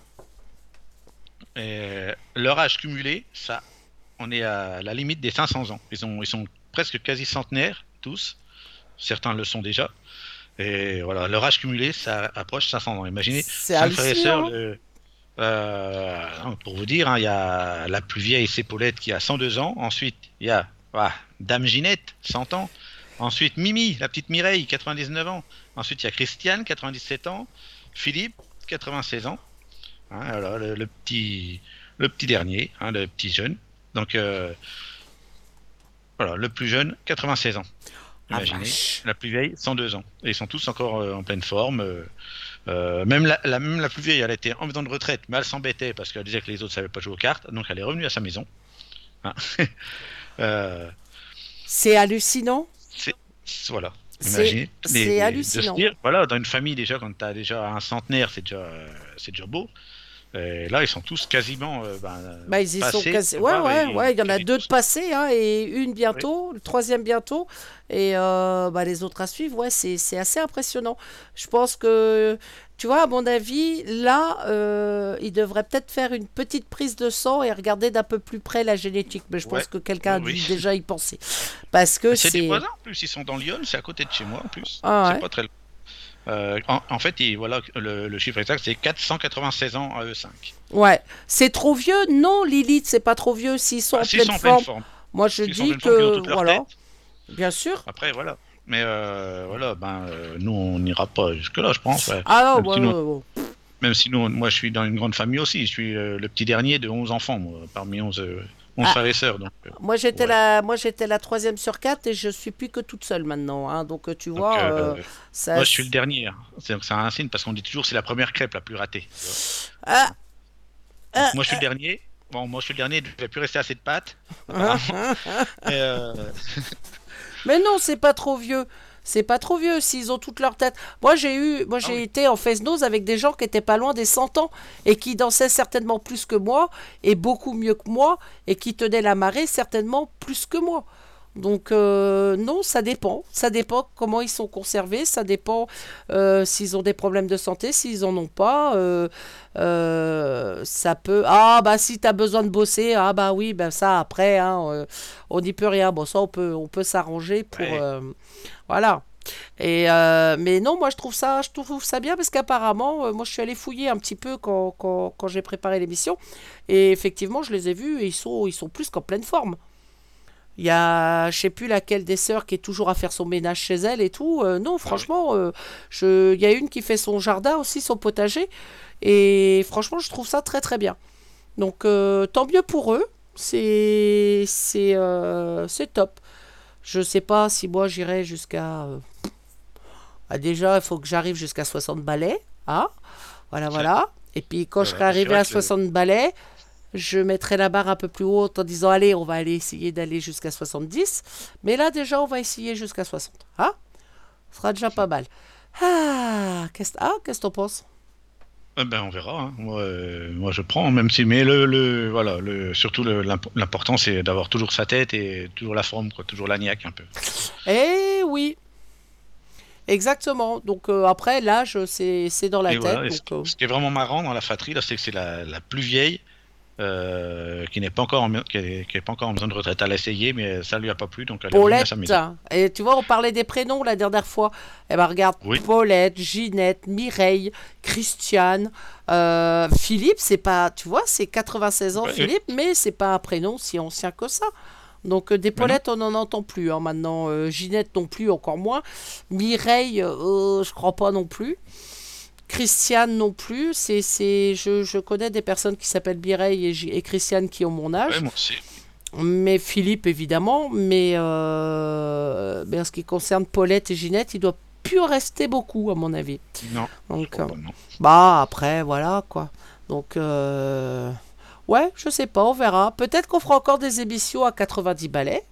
Et leur âge cumulé, ça, on est à la limite des cinq cents ans. Ils, ont, ils sont presque quasi centenaires, tous. Certains le sont déjà. Et voilà, leur âge cumulé, ça approche cinq cents ans. Imaginez, C'est cinq frères et sœurs. hallucinant. hein. de- euh, non, pour vous dire, hein, il y a la plus vieille, c'est Paulette, qui a cent deux ans. Ensuite, il y a ah, Dame Ginette, cent ans. Ensuite, Mimi, la petite Mireille, quatre-vingt-dix-neuf ans. Ensuite, il y a Christiane, quatre-vingt-dix-sept ans. Philippe, quatre-vingt-seize ans. Hein, alors, le, le petit, le petit dernier, hein, le petit jeune. Donc, euh, voilà, le plus jeune, quatre-vingt-seize ans. Ah, Imaginez. vache. La plus vieille, cent deux ans. Et ils sont tous encore euh, en pleine forme. euh, euh, même, la, la, même la plus vieille, elle était en maison de retraite, mais elle s'embêtait parce qu'elle disait que les autres ne savaient pas jouer aux cartes. Donc, elle est revenue à sa maison. Hein. euh, C'est hallucinant. voilà. C'est- Imaginez. c'est Les- les- hallucinant. De se dire, voilà, dans une famille, déjà, quand tu as déjà un centenaire, c'est déjà, euh, c'est déjà beau. Et là, ils sont tous quasiment euh, ben, Bah, ils y passés, sont quasi. tu Ouais, vois, ouais, et- ouais. Il y en a et deux de tous- passés, hein, et une bientôt, le troisième bientôt, et euh, bah, les autres à suivre. Ouais, c'est c'est assez impressionnant. Je pense que, tu vois, à mon avis, là, euh, il devrait peut-être faire une petite prise de sang et regarder d'un peu plus près la génétique. Mais je pense Ouais, que quelqu'un a dû oui. déjà y penser, parce que Mais c'est des c'est. voisins en plus, ils sont dans Lyon, c'est à côté de chez moi en plus. Ah C'est ouais. pas très loin. Euh, en, en fait, il- voilà, le, le chiffre exact, c'est quatre cent quatre-vingt-seize ans à eux cinq. Ouais, c'est trop vieux? Non, Lilith, c'est pas trop vieux s'ils sont Ah, en s'ils pleine sont en pleine forme. forme. Moi, je S'ils sont en dis pleine forme, qu'ils ont que toute leur voilà, tête. bien sûr. Après, voilà. Mais euh, voilà, ben, euh, nous, on n'ira pas jusque-là, je pense. Ouais. Ah non, Même, ouais, si nous, ouais, ouais. même si nous, moi, je suis dans une grande famille aussi. Je suis euh, le petit dernier de onze enfants, moi, parmi onze, euh, onze Ah. frères et sœurs. Donc, euh, Moi j'étais Ouais. la, moi j'étais la troisième sur quatre et je suis plus que toute seule maintenant, hein. Donc euh, tu donc, vois, euh, euh, ça. moi, je suis le dernier. Hein. C'est c'est un signe parce qu'on dit toujours que c'est la première crêpe la plus ratée. tu vois. Ah, Donc, ah, moi, je suis le dernier. Bon, moi, je suis le dernier. Il ne devait plus rester assez de pâtes. apparemment. Et, euh, mais non, c'est pas trop vieux. C'est pas trop vieux s'ils ont toute leur tête. Moi j'ai eu, moi j'ai Ah oui. été en face-nose avec des gens qui étaient pas loin des cent ans et qui dansaient certainement plus que moi et beaucoup mieux que moi et qui tenaient la marée certainement plus que moi. Donc euh, non, ça dépend. Ça dépend comment ils sont conservés. Ça dépend euh, s'ils ont des problèmes de santé, s'ils en ont pas. euh, euh, ça peut. Ah bah si t'as besoin de bosser, ah bah oui, bah ça après, hein, euh, on n'y peut rien. Bon ça on peut, on peut s'arranger pour. Ouais. euh, voilà. Et euh, mais non, moi je trouve ça, je trouve ça bien parce qu'apparemment, euh, moi je suis allée fouiller un petit peu quand, quand, quand j'ai préparé l'émission et effectivement je les ai vus et ils sont, ils sont plus qu'en pleine forme. Il y a, je sais plus laquelle des sœurs qui est toujours à faire son ménage chez elle et tout. Euh, non, franchement, euh, je, il y a une qui fait son jardin aussi, son potager. Et franchement, je trouve ça très très bien. Donc, euh, tant mieux pour eux. C'est, c'est, euh, c'est top. Je sais pas si moi j'irai jusqu'à. euh, ah, déjà, il faut que j'arrive jusqu'à soixante balais. Hein, voilà, voilà. Et puis, quand je Voilà, serai c'est arrivé vrai à que- soixante balais, je mettrai la barre un peu plus haute en disant allez, on va aller essayer d'aller jusqu'à soixante-dix. Mais là, déjà, on va essayer jusqu'à soixante. Hein, ce sera déjà pas mal. Ah, qu'est-ce ah, qu'est-ce que t'en penses? Eh ben, on verra. Hein. Moi, euh, moi, je prends, même si. Mais le, le, voilà, le, surtout le- l'imp- l'important, c'est d'avoir toujours sa tête et toujours la forme, quoi, toujours la niaque un peu. Eh oui, exactement. Donc euh, après, l'âge, c'est c'est dans la Et tête. voilà. Et ce, donc, euh, ce qui est vraiment marrant dans la fratrie, là, c'est que c'est la, la plus vieille euh, qui n'est pas encore en, mi- qui est, qui est pas encore en maison de retraite. Elle a essayé, mais ça lui a pas plu, donc elle est revenue à sa Paulette. maison. Et tu vois, on parlait des prénoms la dernière fois. Eh ben regarde, Oui. Paulette, Ginette, Mireille, Christiane, euh, Philippe, c'est pas, tu vois, c'est quatre-vingt-seize ans Ouais, Philippe, mais c'est pas un prénom si ancien que ça. Donc euh, des Mais non. Paulettes, on n'en entend plus hein, maintenant. Euh, Ginette non plus, encore moins. Mireille, euh, je crois pas non plus. Christiane non plus. C'est, c'est, je, je connais des personnes qui s'appellent Mireille et, Gi- et Christiane qui ont mon âge. Ouais, moi aussi. Mais Philippe, évidemment. Mais, euh, mais en ce qui concerne Paulette et Ginette, il doit plus rester beaucoup, à mon avis. Non. Donc, je crois euh, pas, non. bah, après, voilà, quoi. Donc, euh, ouais, je sais pas, on verra. Peut-être qu'on fera encore des émissions à quatre-vingt-dix balais.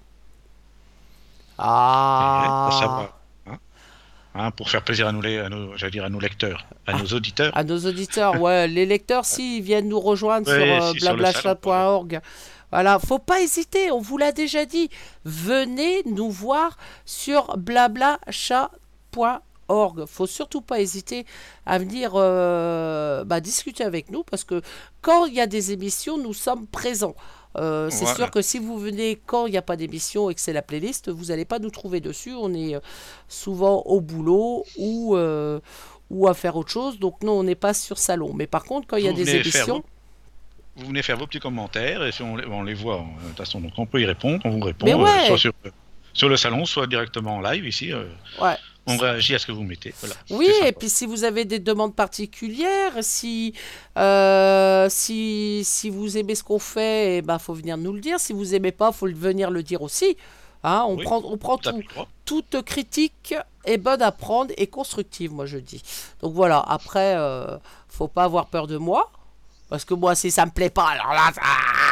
Ah. Ça Ah, va. Hein. Hein, pour faire plaisir à nos, le- à nos, j'allais dire à nos lecteurs, à nos auditeurs. à nos auditeurs, ouais, les lecteurs, s'ils viennent nous rejoindre Ouais, sur euh, si, sur le blablachat point org. Voilà, faut pas hésiter, on vous l'a déjà dit. Venez nous voir sur blablachat point org. Faut surtout pas hésiter à venir euh, bah, discuter avec nous parce que quand il y a des émissions, nous sommes présents. Euh, c'est Voilà. sûr que si vous venez quand il n'y a pas d'émission et que c'est la playlist, vous n'allez pas nous trouver dessus. On est euh, souvent au boulot ou, euh, ou à faire autre chose. Donc non, on n'est pas sur salon. Mais par contre, quand il y a Vous des venez faire émissions... Vous venez faire vos petits commentaires et si on, les- on les voit, hein, de toute façon, donc on peut y répondre, on vous répond, Mais euh, ouais. soit sur, sur le salon, soit directement en live ici. euh, Ouais. on réagit à ce que vous mettez. Voilà. Oui, C'est sympa. et puis si vous avez des demandes particulières, si, euh, si, si vous aimez ce qu'on fait, il ben, faut venir nous le dire. Si vous aimez pas, faut le- venir le dire aussi. Hein, on, Oui, prend, on prend Tout à tout. fait droit. Toute critique est bonne à prendre et constructive, moi je dis. Donc voilà, après, euh, faut pas avoir peur de moi. Parce que moi, si ça me plaît pas, alors là, ça...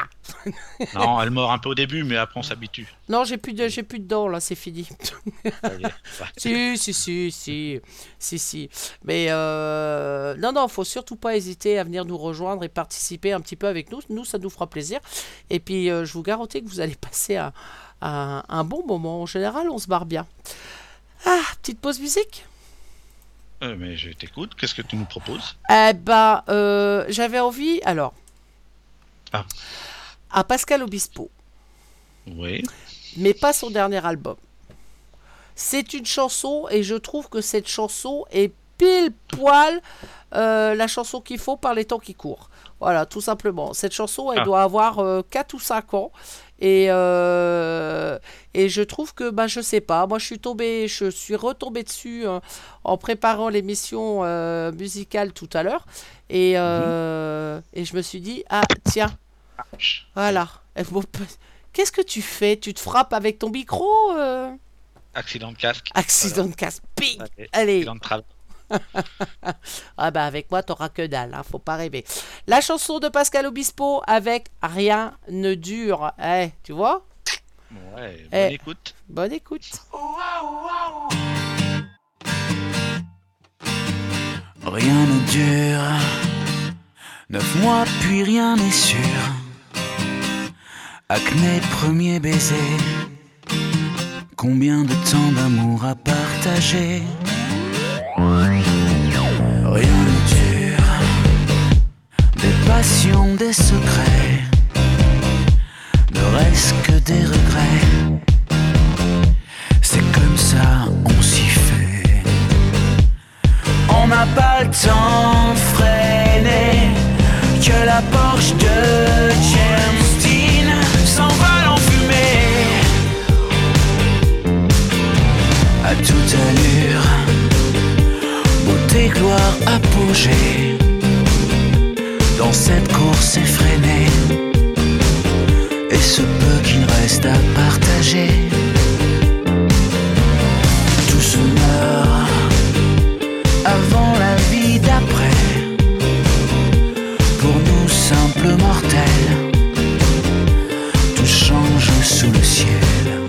Non, elle mord un peu au début, mais après on s'habitue. Non, j'ai plus de, j'ai plus de dents là, c'est fini. Ça y est. Ouais. Si, si, si, si, si, si. Mais euh, non, non, faut surtout pas hésiter à venir nous rejoindre et participer un petit peu avec nous. Nous, ça nous fera plaisir. Et puis, euh, je vous garantis que vous allez passer un, un, un bon moment. En général, on se barre bien. Ah, petite pause musique. Euh, mais je t'écoute, qu'est-ce que tu nous proposes? Eh ben, euh, j'avais envie, alors, Ah. à Pascal Obispo, Oui. mais pas son dernier album. C'est une chanson et je trouve que cette chanson est pile poil euh, la chanson qu'il faut par les temps qui courent. Voilà, tout simplement. Cette chanson, elle Ah. doit avoir euh, quatre ou cinq ans. Et, euh, et je trouve que, bah, je sais pas, moi je suis tombé, je suis retombé dessus hein, en préparant l'émission euh, musicale tout à l'heure. Et, euh, et je me suis dit, ah tiens, voilà. Et bon, pe- Qu'est-ce que tu fais? Tu te frappes avec ton micro euh Accident de casque. Accident de casse. Ping. Allez, Allez. accident de travail. Ah bah avec moi t'auras que dalle, hein, faut pas rêver. La chanson de Pascal Obispo avec Rien ne dure. Eh, tu vois? Ouais, bonne Eh. écoute. Bonne écoute. Rien ne dure, neuf mois puis rien n'est sûr. Acné, premier baiser, combien de temps d'amour à partager. Rien ne dure, des passions, des secrets, ne reste que des regrets. C'est comme ça, on s'y fait. On n'a pas le temps de freiner, que la Porsche de James Dean s'envole en fumée. À toute allure, beauté, gloire, apogée, dans cette course effrénée, et ce peu qu'il reste à partager. Tout se meurt avant la vie d'après. Pour nous simples mortels, tout change sous le ciel.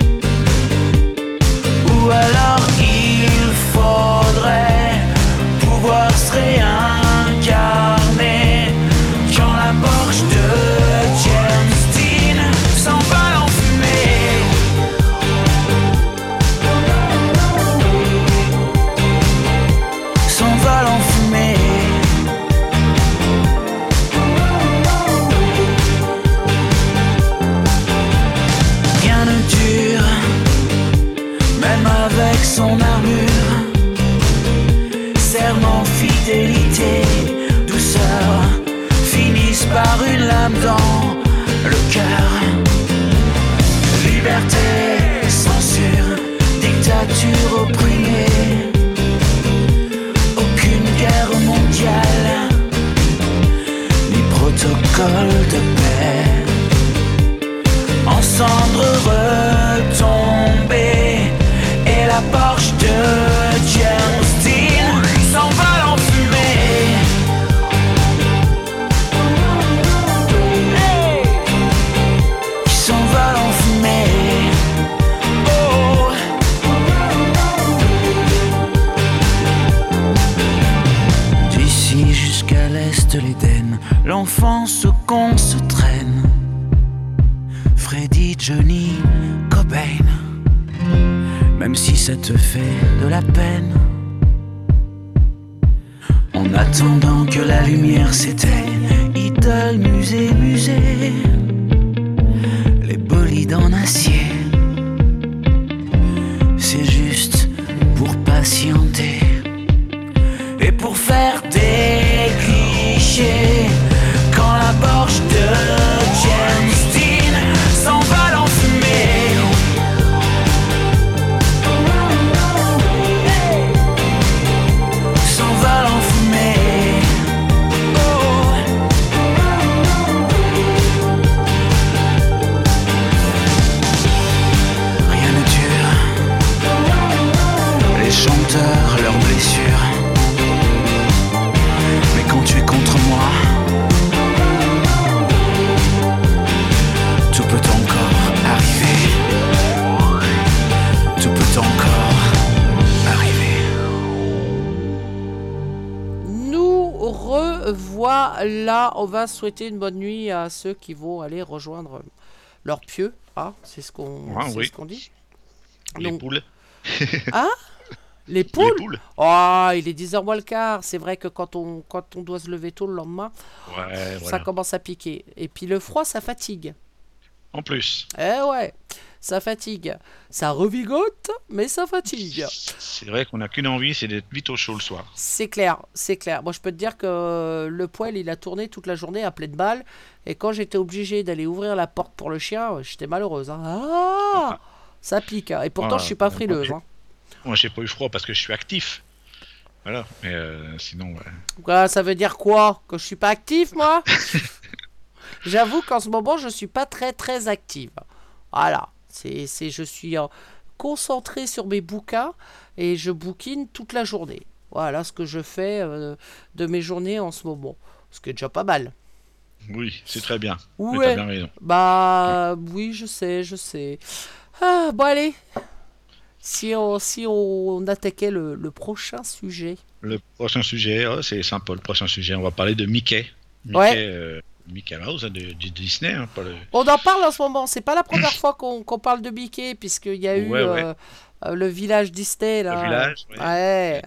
Ou alors il faudrait pouvoir se réincarner quand la Porsche de James Dean s'envole en fumée. S'envole en fumée. Rien ne dure, même avec son armure. Serment, fidélité, douceur finissent par une lame dans le cœur. Liberté, censure, dictature opprimée. Aucune guerre mondiale, ni protocole de paix. En cendres retombées, et la Porsche de James Dean s'envole en fumée. Hey, qui s'envole en fumée. Oh. D'ici jusqu'à l'est de l'Éden, l'enfance qu'on se traîne. Freddy, Johnny, Cobain, même si ça te fait de la peine. En attendant que la lumière s'éteigne, idole, musée, musée, les bolides en acier, c'est juste pour patienter et pour faire des clichés. Quand la Porsche de James Dean s'envole en fumée. S'envole en fumée. Oh. Rien ne dure, les chanteurs, leurs blessures, revois là. On va souhaiter une bonne nuit à ceux qui vont aller rejoindre leur pieu. Ah, c'est ce qu'on Ah, c'est oui. ce qu'on dit. Les Donc- poules. Ah Les poules Les poules. Oh, il est dix heures moins le quart. C'est vrai que quand on, quand on doit se lever tôt le lendemain, Ouais, ça voilà. commence à piquer. Et puis le froid, ça fatigue. En plus, Eh ouais, ça fatigue. Ça revigote, mais ça fatigue. c'est vrai qu'on n'a qu'une envie, c'est d'être vite au chaud le soir. C'est clair, c'est clair. Moi, je peux te dire que le poêle, il a tourné toute la journée à pleine balle. Et quand j'étais obligé d'aller ouvrir la porte pour le chien, j'étais malheureuse. hein. Ah, ça pique. hein. Et pourtant, Ah, je suis pas euh, frileuse. ok. hein. Moi, j'ai pas eu froid parce que je suis actif. Voilà. Mais euh, sinon, ouais. Quoi, ça veut dire quoi? Que je suis pas active, moi? J'avoue qu'en ce moment, je suis pas très très active. Voilà. C'est, c'est, je suis euh, concentrée sur mes bouquins et je bouquine toute la journée. Voilà ce que je fais euh, de mes journées en ce moment. Ce qui est déjà pas mal. Oui, c'est très bien. Mais Ouais. t'as bien raison. Bah oui, je sais, je sais. Ah, bon allez. Si on, si on attaquait le, le prochain sujet. Le prochain sujet, oh, c'est sympa. Le prochain sujet, on va parler de Mickey. Mickey, Ouais. euh, Mickey Mouse hein, de, de Disney. Hein, pas le... On en parle en ce moment. C'est pas la première fois qu'on qu'on parle de Mickey, puisqu'il y a eu Ouais, ouais. euh, euh, le village Disney là. Le village, ouais. Ouais.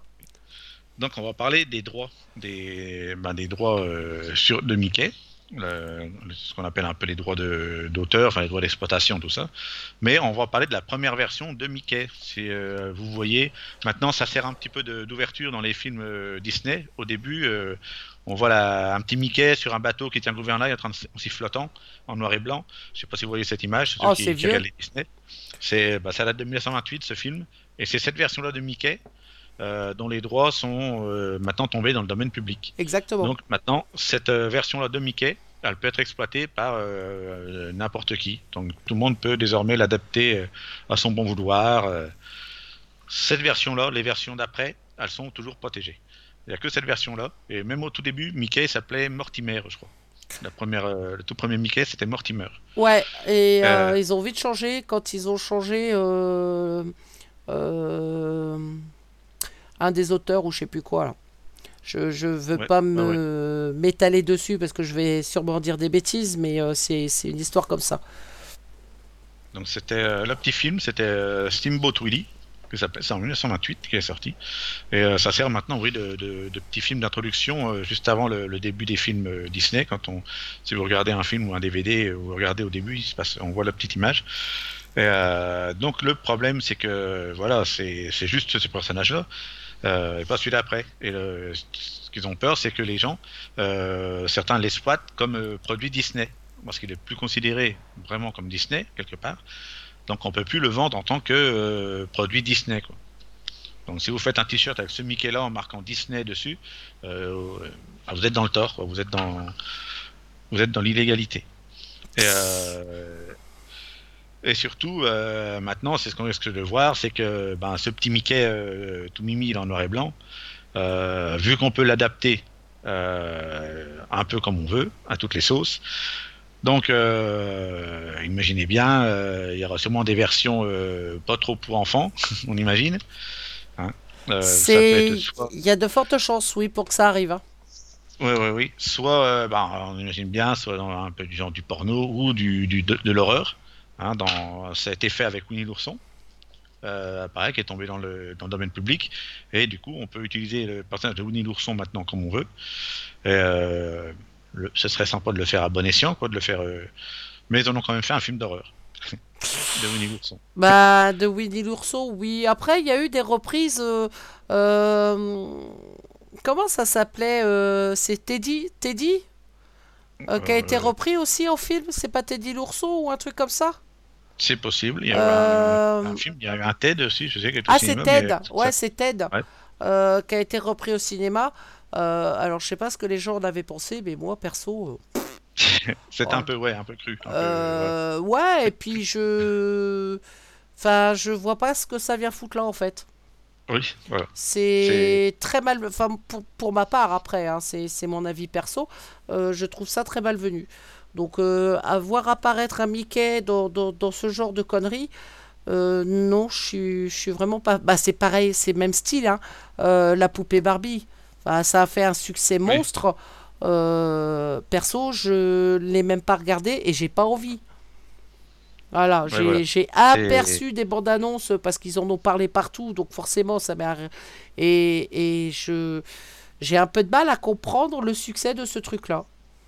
Donc, on va parler des droits, des, ben, des droits euh, sur, de Mickey, le- le- ce qu'on appelle un peu les droits de- d'auteur, enfin les droits d'exploitation, tout ça. Mais on va parler de la première version de Mickey. Si euh, vous voyez, maintenant, ça sert un petit peu de- d'ouverture dans les films euh, Disney. Au début, euh, on voit la- un petit Mickey sur un bateau qui tient le gouvernail en train de s- aussi flottant en noir et blanc. Je sais pas si vous voyez cette image. Oh, ceux qui, c'est qui vieux. regardent les Disney. C'est, bah, ça date de mille neuf cent vingt-huit ce film, et c'est cette version-là de Mickey. Euh, dont les droits sont euh, maintenant tombés dans le domaine public. Exactement. Donc maintenant, cette euh, version-là de Mickey, elle peut être exploitée par euh, n'importe qui. Donc tout le monde peut désormais l'adapter euh, à son bon vouloir. euh. Cette version-là, les versions d'après, elles sont toujours protégées. Il n'y a que cette version-là. Et même au tout début, Mickey s'appelait Mortimer, je crois. La première, euh, le tout premier Mickey, c'était Mortimer. Ouais. Et euh, Euh. ils ont vite changé quand ils ont changé euh, euh, un des auteurs ou je sais plus quoi là. Je, je veux Ouais, pas ouais, me m'étaler dessus parce que je vais sûrement dire des bêtises, mais euh, c'est c'est une histoire comme ça. Donc c'était euh, le petit film, c'était euh, Steamboat Willie, que ça s'appelle, c'est en mille neuf cent vingt-huit qui est sorti. Et euh, ça sert maintenant, oui, de, de, de petit film d'introduction euh, juste avant le, le début des films euh, Disney. Quand on, si vous regardez un film ou un D V D, euh, vous regardez au début, il se passe, on voit la petite image. Et, euh, donc le problème, c'est que voilà, c'est c'est juste ce personnage-là. Euh, et pas celui d'après. Et le- ce qu'ils ont peur, c'est que les gens, euh, certains l'exploitent comme euh, produit Disney, parce qu'il est plus considéré vraiment comme Disney quelque part. Donc on peut plus le vendre en tant que euh, produit Disney, quoi. Donc si vous faites un t-shirt avec ce Mickey-là en marquant Disney dessus, euh, ah, vous êtes dans le tort, quoi. Vous êtes dans, vous êtes dans l'illégalité. Et, euh, et surtout, euh, maintenant, c'est ce qu'on risque de voir, c'est que ben, ce petit Mickey euh, tout mimi, il est en noir et blanc, euh, vu qu'on peut l'adapter euh, un peu comme on veut, à toutes les sauces. Donc, euh, imaginez bien, euh, il y aura sûrement des versions euh, pas trop pour enfants, on imagine. Hein. Euh, ça peut C'est être soit- il y a de fortes chances, oui, pour que ça arrive. hein. Oui, oui, oui. Soit, euh, ben, on imagine bien, soit dans un peu du genre du porno ou du, du- de, de l'horreur. Hein, dans, ça a été fait avec Winnie l'ourson, euh, pareil, qui est tombé dans le, dans le domaine public. Et du coup, on peut utiliser le personnage de Winnie l'ourson maintenant comme on veut. Et, euh, le- ce serait sympa de le faire à bon escient, quoi, de le faire. euh, Mais ils en ont quand même fait un film d'horreur de Winnie l'ourson. Bah, de Winnie l'ourson, oui. Après, il y a eu des reprises. euh, euh, comment ça s'appelait euh, C'est Teddy Teddy euh, qui a été Euh, repris aussi en film. C'est pas Teddy l'ourson ou un truc comme ça? C'est possible. Il y a eu Euh, un, un film, il y a eu un Ted aussi, je sais, qui est au Ah, c'est cinéma, Ted. mais ça- Ouais, c'est Ted. Ouais. Euh, qui a été repris au cinéma. Euh, alors, je sais pas ce que les gens en avaient pensé, mais moi, perso. euh, C'était Oh. un peu, ouais, un peu cru. un peu, ouais. euh, ouais, et puis je. Enfin, je vois pas ce que ça vient foutre là en fait. Oui, voilà. C'est très mal. Enfin, pour, pour ma part, après, hein, c'est c'est mon avis perso. euh, je trouve ça très malvenu. Donc, euh, à voir apparaître un Mickey dans, dans, dans ce genre de conneries, euh, non, je suis, je suis vraiment pas. Bah, c'est pareil, c'est même style, hein. Euh, la poupée Barbie. Enfin, ça a fait un succès monstre. Euh, perso, je l'ai même pas regardé et j'ai pas envie. Voilà, Ouais, j'ai voilà. j'ai C'est aperçu des bandes annonces parce qu'ils en ont parlé partout, donc forcément ça m'est arri- et et je j'ai un peu de mal à comprendre le succès de ce truc-là.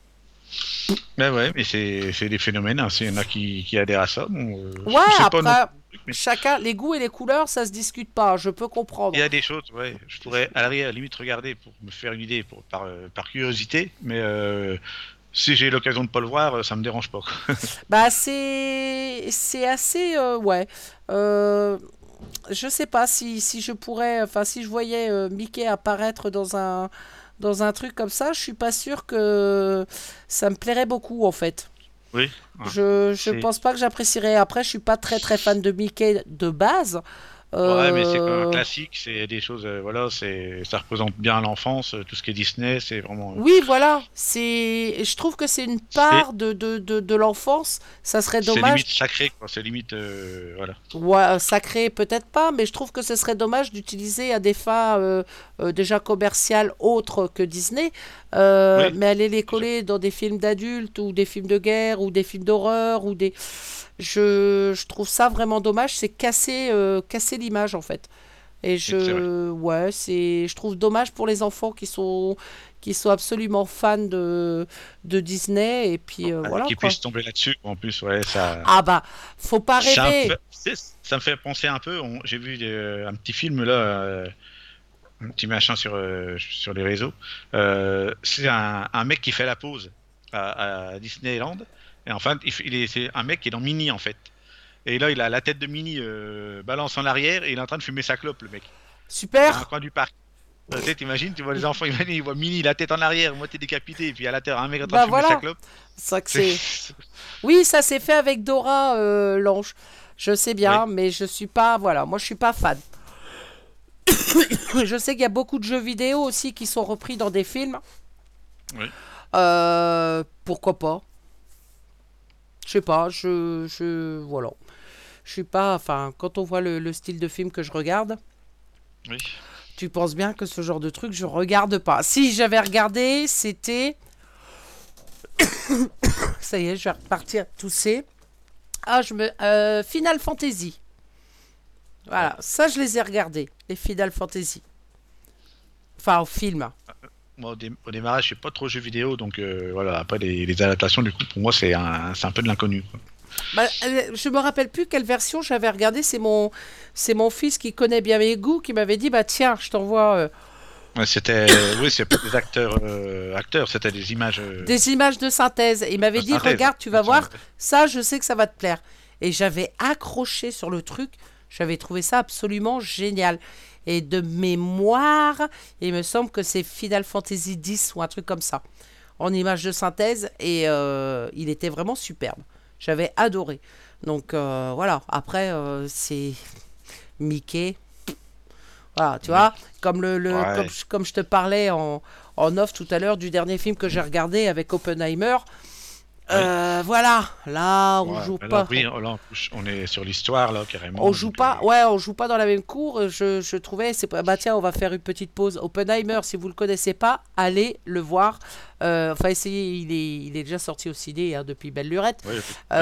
Ben ouais, mais c'est c'est des phénomènes. Hein. Il y en a qui, qui adhèrent à ça. Bon, euh, Ouais, c'est pas non après plus mon truc, mais chacun les goûts et les couleurs, ça se discute pas, je peux il comprendre. y a des choses, ouais. Je pourrais à l'arrière limite regarder pour me faire une idée, pour par euh, par curiosité, mais euh, si j'ai l'occasion de pas le voir, euh, ça me dérange pas. Quoi. Bah c'est c'est assez euh, ouais. Euh, je sais pas si si je pourrais enfin si je voyais euh, Mickey apparaître dans un dans un truc comme ça, je suis pas sûr que ça me plairait beaucoup en fait. Oui. Ouais. Je je C'est pense pas que j'apprécierais. Après, je suis pas très très fan de Mickey de base. Ouais, mais c'est comme un Euh, classique, c'est des choses, euh, voilà, c'est, ça représente bien l'enfance, euh, tout ce qui est Disney, c'est vraiment, Oui, voilà. C'est je trouve que c'est une c'est, part de de de, de l'enfance. Ça serait c'est dommage. limite sacré, quoi, c'est limite, euh, voilà. Ouais, sacré peut-être pas, mais je trouve que ce serait dommage d'utiliser à des fins euh, euh, déjà commerciales autres que Disney, euh, Oui, mais aller les c'est ça. coller dans des films d'adultes ou des films de guerre ou des films d'horreur ou des... Je, je trouve ça vraiment dommage, c'est casser, euh, casser l'image en fait. Et Oui, c'est vrai. je, ouais, c'est, je trouve dommage pour les enfants qui sont, qui sont absolument fans de, de Disney et puis euh, Ouais, voilà qu'ils quoi. puissent tomber là-dessus, en plus, ouais, ça, Ah bah, faut pas c'est un rêver. peu, c'est- ça me fait penser un peu, on- j'ai vu euh, un petit film là, euh, un petit machin sur, euh, sur les réseaux, euh, c'est un, un mec qui fait la pause à, à Disneyland, et en fait, il, fait- il est, c'est un mec qui est dans Minnie en fait. Et là, il a la tête de Minnie euh, balance en arrière et il est en train de fumer sa clope, le mec. Dans un Super. coin du parc. Euh, tu sais, t'imagines, tu vois les enfants, ils ils voient Minnie, la tête en arrière, moitié décapitée, et puis à la terre, un mec en train de Bah fumer sa voilà. clope. C'est ça que C'est. c'est. Oui, ça s'est fait avec Dora euh, l'ange. Je sais Oui, bien, mais je suis pas. Voilà, moi je suis pas fan. Je sais qu'il y a beaucoup de jeux vidéo aussi qui sont repris dans des films. oui. Euh, pourquoi pas? Je sais pas. Je, je, voilà. Je suis pas. Enfin, quand on voit le, le style de film que je regarde, Oui. tu penses bien que ce genre de truc, je regarde pas. Si j'avais regardé, c'était. Ça y est, je vais repartir tousser. Ah, je me. euh, Final Fantasy. Voilà, ça je les ai regardés, les Final Fantasy. Enfin, au film. Moi, au, dé- au démarrage, je suis pas trop jeu vidéo, donc euh, voilà. Après, les, les adaptations, du coup, pour moi, c'est un, c'est un peu de l'inconnu. Quoi. Bah, euh, je me rappelle plus quelle version j'avais regardé. C'est mon, c'est mon fils qui connaît bien mes goûts qui m'avait dit bah tiens, je t'envoie euh, Ouais, c'était, oui, c'est pas des acteurs, euh, acteurs, c'était des images euh, des images de synthèse. Et il m'avait de dit synthèse. regarde, tu vas Ils sont- voir, ça, je sais que ça va te plaire. Et j'avais accroché sur le truc. J'avais trouvé ça absolument génial. Et de mémoire, il me semble que c'est Final Fantasy X ou un truc comme ça, en image de synthèse. Et euh, il était vraiment superbe. J'avais adoré. Donc euh, voilà, après, euh, c'est Mickey. Voilà, tu vois, comme, le, le- Ouais. comme, je- comme je te parlais en, en off tout à l'heure du dernier film que j'ai regardé avec Oppenheimer. Euh, voilà, là, on Ouais, joue mais là, pas. oui, là, on, touche- on est sur l'histoire, là, carrément. On joue donc, pas, euh, ouais, on joue pas dans la même cour. Je, je trouvais, c'est pas, bah tiens, on va faire une petite pause. Oppenheimer, si vous le connaissez pas, allez le voir. Euh, enfin, essayez, il est, il est déjà sorti au ciné hein, depuis belle lurette. ouais,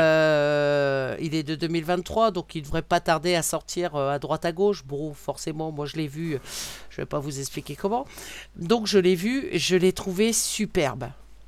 Euh, il est de deux mille vingt-trois, donc il devrait pas tarder à sortir euh, à droite à gauche. Bon, forcément, moi je l'ai vu. Je vais pas vous expliquer comment. Donc je l'ai vu, je l'ai trouvé superbe.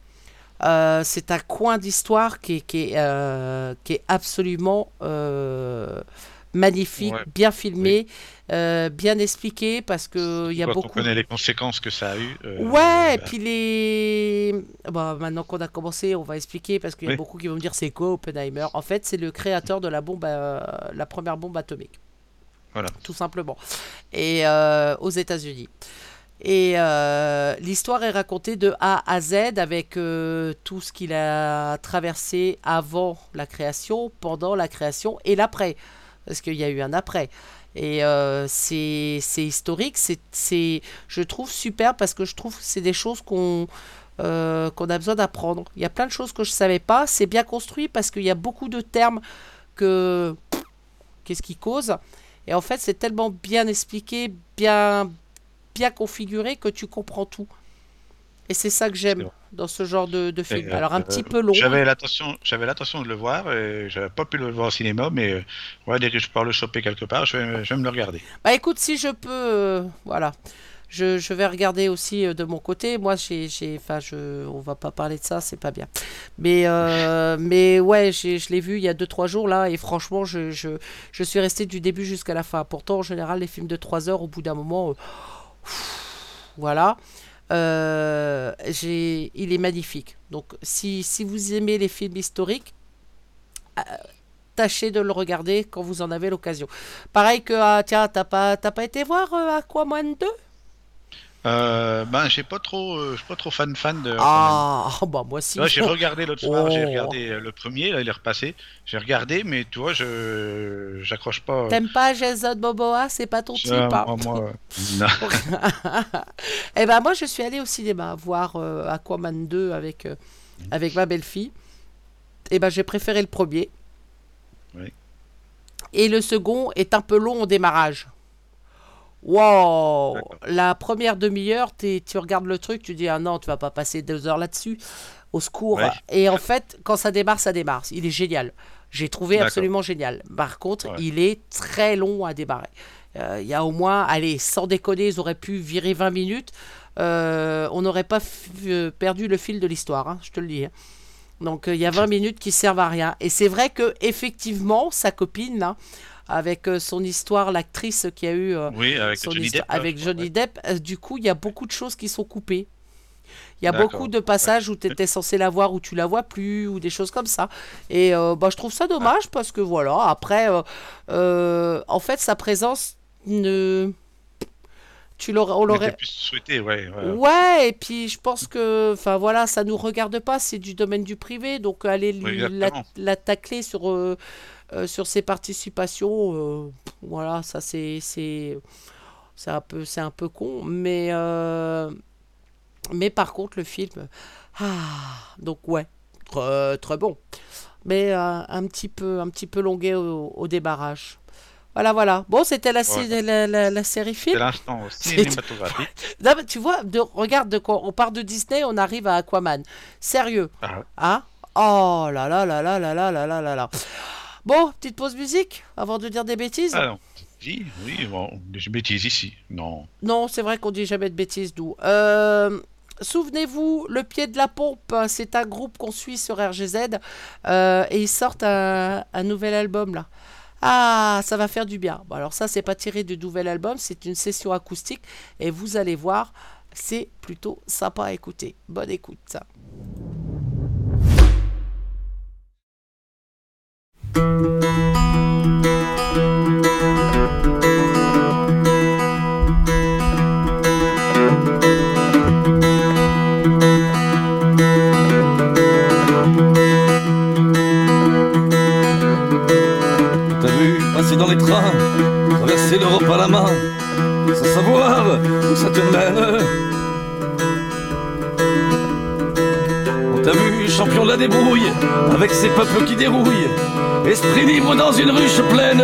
Euh, c'est un coin d'histoire qui est, qui est, euh, qui est absolument euh, magnifique, Ouais. bien filmé, euh, bien expliqué parce que il y a quand on beaucoup. connaît les conséquences que ça a eu. euh, Ouais, et puis les. Bah, maintenant qu'on a commencé, on va expliquer parce qu'il y a Oui. beaucoup qui vont me dire c'est quoi Oppenheimer. En fait, c'est le créateur de la bombe, à- la première bombe atomique, Voilà. tout simplement, et euh, aux États-Unis. Et euh, l'histoire est racontée de A à Z avec euh, tout ce qu'il a traversé avant la création, pendant la création et l'après. Parce qu'il y a eu un après. Et euh, c'est c'est historique, c'est, c'est, je trouve super parce que je trouve que c'est des choses qu'on euh, qu'on a besoin d'apprendre. Il y a plein de choses que je ne savais pas. C'est bien construit parce qu'il y a beaucoup de termes que... Qu'est-ce qui cause? Et en fait, c'est tellement bien expliqué, bien bien configuré que tu comprends tout. Et c'est ça que j'aime dans ce genre de, de film. Et, Alors un euh, petit peu long. J'avais l'intention, j'avais l'intention de le voir et j'avais pas pu le voir au cinéma, mais euh, ouais, dès que je peux le choper quelque part, je vais, je vais me le regarder. Bah écoute, si je peux, euh, voilà. Je, je vais regarder aussi euh, de mon côté. Moi, j'ai, j'ai, enfin, je, on va pas parler de ça, c'est pas bien. Mais, euh, mais ouais, j'ai, je l'ai vu il y a deux trois jours là, et franchement, je, je, je suis resté du début jusqu'à la fin. Pourtant, en général, les films de trois heures, au bout d'un moment, euh, pff, voilà. Euh, j'ai, il est magnifique. Donc, si, si vous aimez les films historiques, euh, tâchez de le regarder quand vous en avez l'occasion. Pareil que, ah, tiens, t'as pas, t'as pas été voir euh, Aquaman deux? Euh, ben, j'ai pas trop, euh, je suis pas trop fan fan de. Ah, bah moi si. Là, j'ai regardé l'autre soir, j'ai Oh. regardé euh, le premier, là, il est repassé. J'ai regardé, mais tu vois, je, j'accroche pas. T'aimes pas Jason Momoa, c'est pas ton type, Ça, hein. moi, moi, euh, non. Eh ben moi je suis allée au cinéma voir euh, Aquaman deux avec, euh, avec ma belle-fille. Et ben j'ai préféré le premier. Oui. Et le second est un peu long au démarrage. Wow. D'accord. La première demi-heure, t'es- tu regardes le truc, tu dis ah non, tu vas pas passer deux heures là-dessus. Au secours. Ouais. Et en fait, quand ça démarre, ça démarre. Il est génial. J'ai trouvé D'accord. absolument génial. Par contre, Ouais. il est très long à démarrer. Euh, Il y a au moins, allez, sans déconner, ils auraient pu virer vingt minutes. Euh, on n'aurait pas f- euh, perdu le fil de l'histoire, hein, je te le dis, hein. Donc euh, il y a vingt minutes qui servent à rien. Et c'est vrai que effectivement, sa copine, là, avec euh, son histoire, l'actrice qui a eu euh, Oui, avec son Johnny histoire- Depp. là, avec je crois, Johnny ouais. Depp, euh, du coup, il y a beaucoup de choses qui sont coupées. Il y a D'accord. beaucoup de passages où tu étais censé la voir, où tu la vois plus, ou des choses comme ça. Et euh, bah, je trouve ça dommage parce que voilà, après, euh, euh, en fait, sa présence ne. Tu l'aurais, on On l'aurait. était plus souhaité, ouais. ouais. Ouais, et puis je pense que, enfin voilà, ça nous regarde pas, c'est du domaine du privé, donc aller Oui, lui- la, exactement. la tacler sur, euh, euh, sur ses participations, euh, voilà, ça c'est, c'est, c'est un peu, c'est un peu con, mais, euh, mais par contre le film, ah, donc ouais, très, très bon, mais euh, un petit peu, un petit peu longué au, au démarrage. Voilà, voilà. Bon, c'était la, sé- Ouais. la, la, la série C'est film. l'instant C'est- cinématographique. Non, mais tu vois, de, regarde, de quoi on part de Disney, on arrive à Aquaman. Sérieux, Ah, ouais. hein? Oh là là là là là là là là là là. Bon, petite pause musique avant de dire des bêtises. Ah non. Oui, oui, bon, des bêtises ici. Non. Non, c'est vrai qu'on dit jamais de bêtises, nous. Euh, Souvenez-vous, Le Pied de la Pompe, hein, c'est un groupe qu'on suit sur R G Z euh, et ils sortent un, un nouvel album là. Ah, ça va faire du bien. Bon, alors ça, c'est pas tiré du nouvel album, c'est une session acoustique et vous allez voir, c'est plutôt sympa à écouter. Bonne écoute. T'as vu passer dans les trains, traverser l'Europe à la main, sans savoir où ça te mène. On t'a vu champion de la débrouille, avec ses peuples qui dérouillent, esprit libre dans une ruche pleine.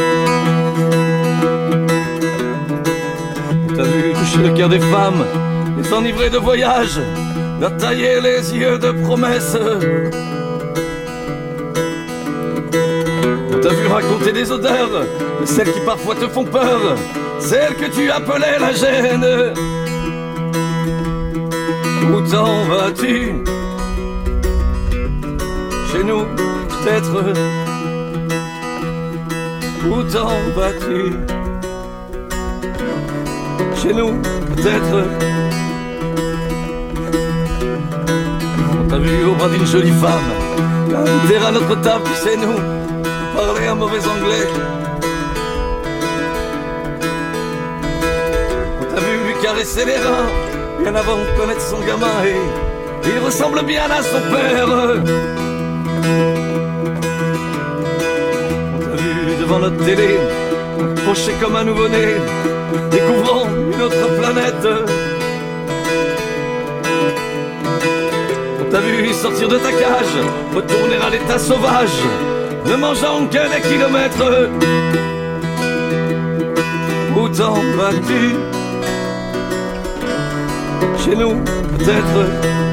On t'a vu toucher le cœur des femmes, les enivrer de voyage, leur tailler les yeux de promesses. On t'a vu raconter des odeurs, de celles qui parfois te font peur, celles que tu appelais la gêne. Où t'en vas-tu? Chez nous, peut-être. Où t'en vas-tu? Chez nous, peut-être. On t'a vu au bras d'une jolie femme, inviter à notre table, tu sais nous, parler un mauvais anglais. On t'a vu lui caresser les reins, bien avant de connaître son gamin, et il ressemble bien à son père. On t'a vu devant notre télé, accroché comme un nouveau-né, découvrant une autre planète. On t'a vu sortir de ta cage, retourner à l'état sauvage, ne mangeant que des kilomètres. Où t'en vas-tu? chez nous, peut-être.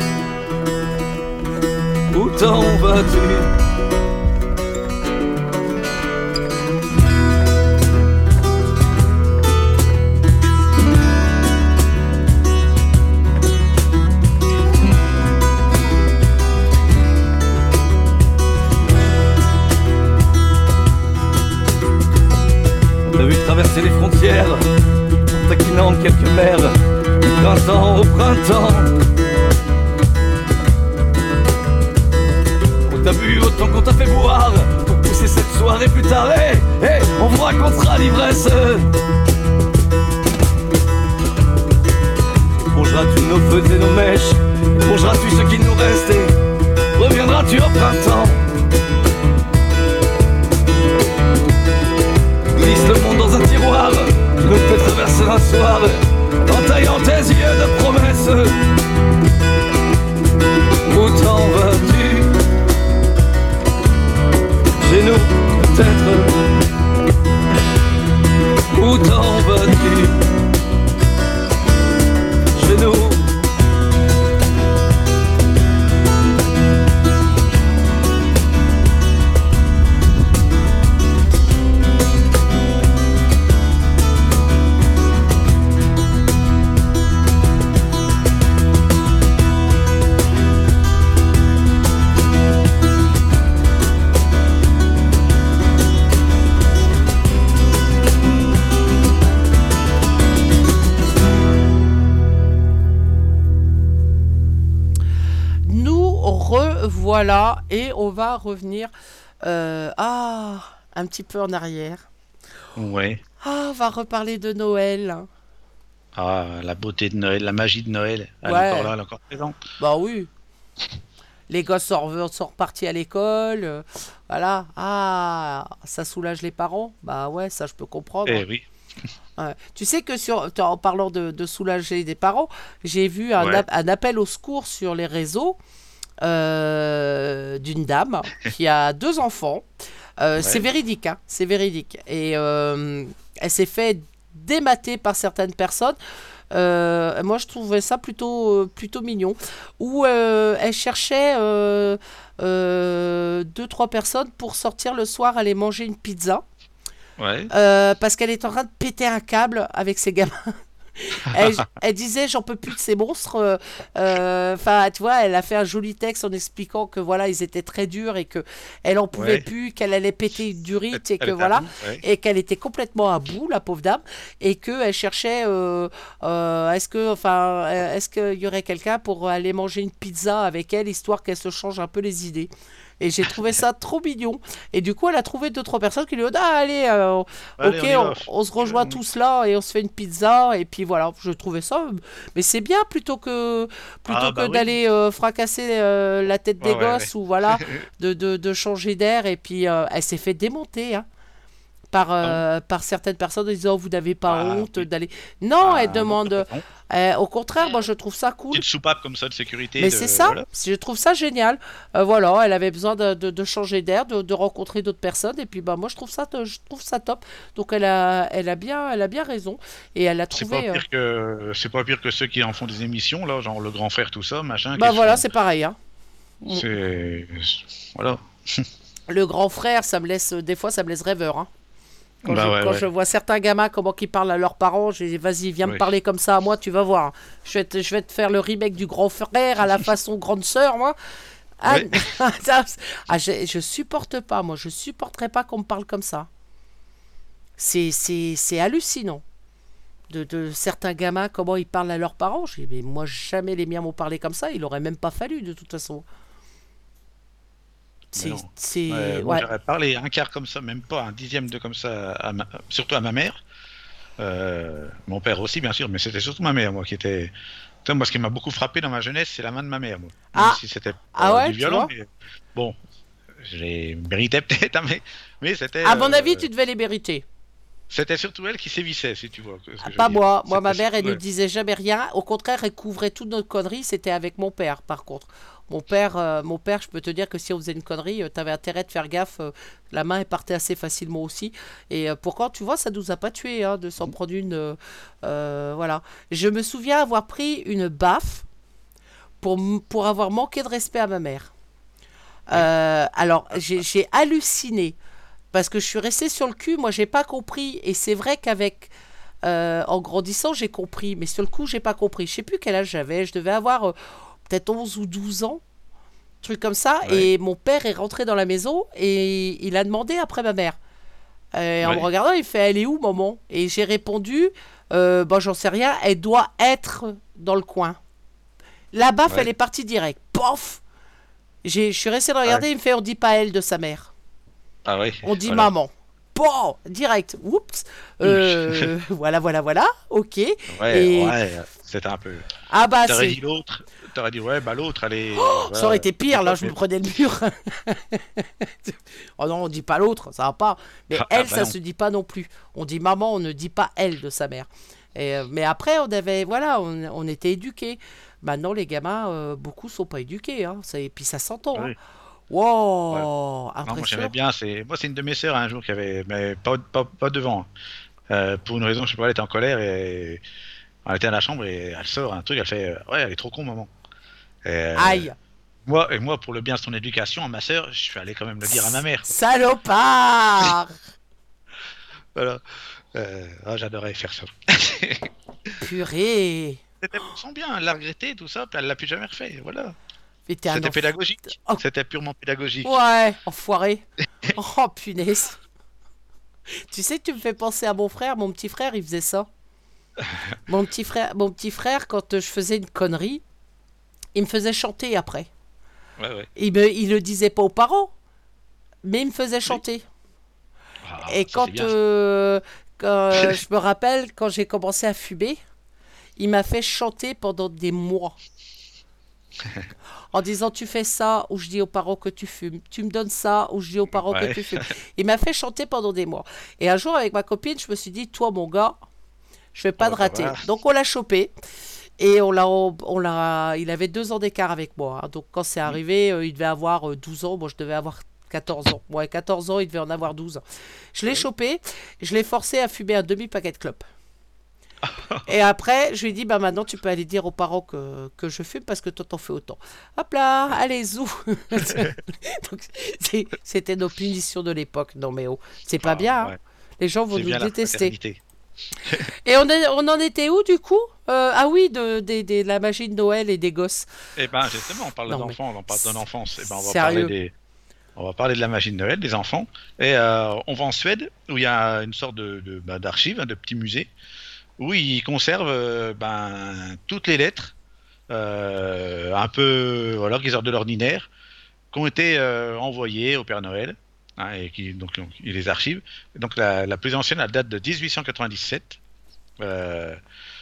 Où t'en vas-tu? Traverser les frontières, en taquinant quelques mers, du printemps au printemps. On t'a bu autant qu'on t'a fait boire, pour pousser cette soirée plus tard. Et hey, hey, on vous racontera l'ivresse. Plongeras-tu nos feux et nos mèches? Plongeras-tu ce qu'il nous reste? Et reviendras-tu au printemps? Glisse le monde dans un tiroir qui nous fait traverser un soir en taillant tes yeux de promesses. Où t'en vas-tu? Chez nous, peut-être. Où t'en vas-tu? Chez nous. Voilà, et on va revenir euh, ah, un petit peu en arrière. Ouais. Ah, on va reparler de Noël. Ah, la beauté de Noël, la magie de Noël. Elle Ouais. est encore là, elle est encore présente. Bah oui. Les gosses sont, sont repartis à l'école. euh, voilà. Ah, ça soulage les parents. Bah ouais, ça je peux comprendre. Eh oui. Ouais. Tu sais que sur, en parlant de, de soulager des parents, j'ai vu un, Ouais. ap- un appel au secours sur les réseaux euh, d'une dame qui a deux enfants. Euh, Ouais. C'est véridique, hein, c'est véridique. Et euh, elle s'est fait démater par certaines personnes. Euh, moi, je trouvais ça plutôt, euh, plutôt mignon. Où euh, elle cherchait euh, euh, deux, trois personnes pour sortir le soir, aller manger une pizza. Ouais. Euh, parce qu'elle est en train de péter un câble avec ses gamins. elle, elle disait j'en peux plus de ces monstres. Enfin, euh, tu vois, elle a fait un joli texte en expliquant que voilà, ils étaient très durs et que elle en pouvait Ouais. plus, qu'elle allait péter une durite et Elle que est à voilà, bout, ouais. et qu'elle était complètement à bout, la pauvre dame, et que elle cherchait. Euh, euh, est-ce que, enfin, euh, est-ce qu'il y aurait quelqu'un pour aller manger une pizza avec elle, histoire qu'elle se change un peu les idées. Et j'ai trouvé ça trop mignon. Et du coup, elle a trouvé deux, trois personnes qui lui ont dit ah, allez, euh, Allez, ok, on y on, va. on se rejoint Euh, tous là et on se fait une pizza. Et puis voilà, je trouvais ça. Mais c'est bien plutôt que, plutôt Ah, que bah oui. d'aller euh, fracasser euh, la tête des Ouais, ouais, gosses ou voilà, de, de, de changer d'air. Et puis euh, elle s'est fait démonter. Hein. Par, euh, par certaines personnes en disant vous n'avez pas Ah, honte oui. d'aller. Non, Ah, elle non, demande. non. euh, au contraire, moi je trouve ça cool. Petite soupape comme ça de sécurité. Mais de- c'est ça, voilà. je trouve ça génial. Euh, voilà, elle avait besoin de, de- de changer d'air, de, de rencontrer d'autres personnes, et puis bah moi je trouve ça, je trouve ça top. Donc elle a, elle a bien, elle a bien raison, et elle a C'est pas trouvé. euh, pire que c'est pas pire que ceux qui en font des émissions là, genre le grand frère tout ça, machin. Bah qui voilà, font- c'est pareil. Hein. c'est voilà. Le grand frère, ça me laisse, des fois, ça me laisse rêveur. Hein. Quand, Bah je, ouais, quand ouais. je vois certains gamins comment ils parlent à leurs parents, j'ai dit vas-y viens me Oui. parler comme ça à moi, tu vas voir. Je vais te, je vais te faire le remake du grand frère à la façon grande sœur moi. Ah, Ouais. ça, ah, je, je supporte pas, moi je supporterais pas qu'on me parle comme ça. C'est, c'est, c'est hallucinant. De, de certains gamins, comment ils parlent à leurs parents. J'ai dit, mais moi jamais les miens m'ont parlé comme ça, il aurait même pas fallu de toute façon. C'est, non. c'est, Ouais, moi, ouais. j'aurais parlé un quart comme ça, même pas un dixième de comme ça, à ma- surtout à ma mère. Euh, mon père aussi, bien sûr, mais c'était surtout ma mère, moi, qui était. Putain, moi, ce qui m'a beaucoup frappé dans ma jeunesse, c'est la main de ma mère, moi. Même Ah. si c'était pas Ah ouais, du tu violon, vois mais bon, je les méritais peut-être, hein, mais, mais c'était. À mon euh, avis, tu devais les mériter. C'était surtout elle qui sévissait, si tu vois. Ce que Ah, je veux pas dire. moi. Moi, C'était ma mère, elle surtout ne elle. disait jamais rien. Au contraire, elle couvrait toutes nos conneries. C'était avec mon père, par contre. Mon père, euh, mon père, je peux te dire que si on faisait une connerie, tu avais intérêt de faire gaffe. euh, la main, elle partait assez facilement aussi. Et euh, pourquoi, tu vois, ça nous a pas tués hein, de s'en prendre une. euh, euh, voilà. Je me souviens avoir pris une baffe pour, m- pour avoir manqué de respect à ma mère. Euh, alors, j'ai j'ai halluciné parce que je suis restée sur le cul. Moi, j'ai pas compris. Et c'est vrai qu'avec euh, en grandissant, j'ai compris, mais sur le coup, j'ai pas compris. Je sais plus quel âge j'avais. Je devais avoir euh, peut-être onze ou douze ans, truc comme ça. Ouais. Et mon père est rentré dans la maison et il a demandé après ma mère. Euh, en me Ouais. regardant, il fait, elle est où, maman? Et j'ai répondu, euh, bon, j'en sais rien. Elle doit être dans le coin. La baffe, Ouais. elle est partie direct. Pof! J'ai- Je suis resté de regarder. Il me fait, on dit pas elle de sa mère. Ah oui. On dit voilà. maman. Bon, direct. Oups. Euh, voilà, voilà, voilà. Ok. Ouais, Et- ouais, c'était un peu. Ah bah T'aurais c'est. dit l'autre. T'aurais dit, ouais, bah l'autre, elle est. Ça voilà. aurait été pire, là, je me Mais- prenais le mur. Oh non, on dit pas l'autre, ça va pas. Mais Ah, elle, bah ça non. se dit pas non plus. On dit maman, on ne dit pas elle de sa mère. Et, euh, mais après, on avait, voilà, on, on était éduqués. Maintenant, les gamins, euh, beaucoup sont pas éduqués. Hein. Ça- Et puis ça s'entend. Oui. Hein. Wow, Non, moi impressionnant. j'aimais bien. C'est moi, c'est une de mes sœurs un jour qui avait, mais pas, pas, pas devant. Euh, pour une raison, je sais pas, elle était en colère et elle était à la chambre et elle sort un truc, elle fait, euh, ouais, elle est trop con, maman. Et, euh, Aïe, Moi, et moi, pour le bien de son éducation, à ma sœur, je suis allé quand même le dire à ma mère. salopard. Voilà. Euh, ah, j'adorais faire ça. Purée. C'était pour son bien, elle l'a regretté, tout ça, puis elle l'a plus jamais refait. Voilà. Mais t'es un C'était enf- pédagogique. Oh. C'était purement pédagogique. Ouais, enfoiré. Oh punaise. Tu sais, tu me fais penser à mon frère. Mon petit frère, il faisait ça. Mon petit frère, mon petit frère, quand euh, je faisais une connerie, il me faisait chanter après. Ouais, ouais. Il me, il le disait pas aux parents, mais il me faisait chanter. Ah, Et ça, quand, c'est bien, ça. euh, quand euh, je me rappelle, quand j'ai commencé à fumer, il m'a fait chanter pendant des mois. En disant tu fais ça ou je dis aux parents que tu fumes, tu me donnes ça ou je dis aux parents que Ouais. tu fumes. Il m'a fait chanter pendant des mois. Et un jour avec ma copine, je me suis dit toi mon gars, je vais pas Oh, te bah, rater. voilà. Donc on l'a chopé et on l'a, on l'a, il avait deux ans d'écart avec moi. hein. Donc quand c'est arrivé, euh, il devait avoir euh, douze ans, moi je devais avoir quatorze ans. Ouais, quatorze ans, il devait en avoir douze. Je l'ai chopé, je l'ai forcé à fumer un demi-paquet de clopes. Et après, je lui ai dit, bah maintenant tu peux aller dire aux parents que, que je fume parce que toi t'en fais autant. Hop là, allez, zou. Donc, c'est- C'était nos punitions de l'époque. Non mais oh, c'est pas Ah, bien. hein. ouais. Les gens vont C'est nous bien la détester. fraternité. Et on, est- on en était où du coup Euh, Ah oui, de, de- de la magie de Noël et des gosses. Eh ben justement, on parle Non, d'enfants, on parle de l'enfance. Eh ben, on va Sérieux. parler des, on va parler de la magie de Noël, des enfants. Et euh, on va en Suède où il y a une sorte de, de bah, d'archive, hein, de petit musée, où ils conservent euh, ben toutes les lettres, euh, un peu voilà, qui sortent de l'ordinaire, qui ont été euh, envoyées au Père Noël. hein, et qui donc donc, ils les archivent. Donc la, la plus ancienne, elle date de dix-huit cent quatre-vingt-dix-sept. Euh,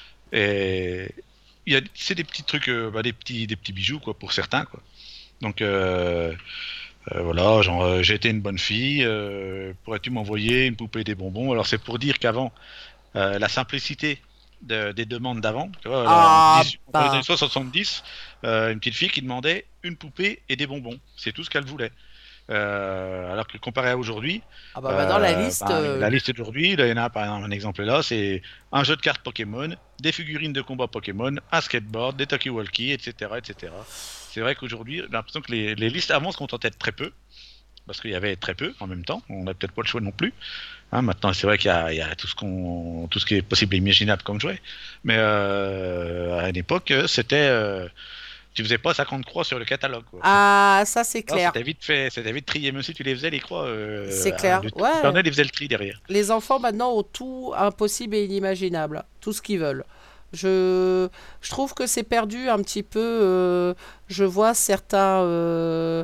et il y a, c'est des petits trucs, euh, bah, des petits, des petits bijoux quoi pour certains quoi. Donc euh, euh, voilà, genre euh, j'ai été une bonne fille, euh, pourrais-tu m'envoyer une poupée et des bonbons? Alors c'est pour dire qu'avant euh, la simplicité de- des demandes d'avant, tu vois, Ah, en dix- dans les bah. années soixante-dix, euh, une petite fille qui demandait une poupée et des bonbons, c'est tout ce qu'elle voulait. Euh, alors que comparé à aujourd'hui, Ah bah maintenant la euh, liste. ben, euh, la liste d'aujourd'hui, là, il y en a par exemple un exemple là, c'est un jeu de cartes Pokémon, des figurines de combat Pokémon, un skateboard, des talkie-walkie, et cetera, et cetera. C'est vrai qu'aujourd'hui, j'ai l'impression que les, les listes avant se contentaient de très peu, parce qu'il y avait très peu en même temps. On n'a peut-être pas le choix non plus. Hein, maintenant, c'est vrai qu'il y a, il y a tout ce qu'on, tout ce qui est possible et imaginable comme jouet. Mais euh, à une époque, c'était, euh, tu faisais pas cinquante croix sur le catalogue. Quoi. Ah, ça c'est Non, clair. C'était vite fait, c'était vite trié, même si tu les faisais les croix. Euh, C'est clair, Le ouais. Père Noël, il faisait le tri derrière. Les enfants maintenant ont tout impossible et inimaginable, tout ce qu'ils veulent. Je, je trouve que c'est perdu un petit peu. euh, je vois certains, euh,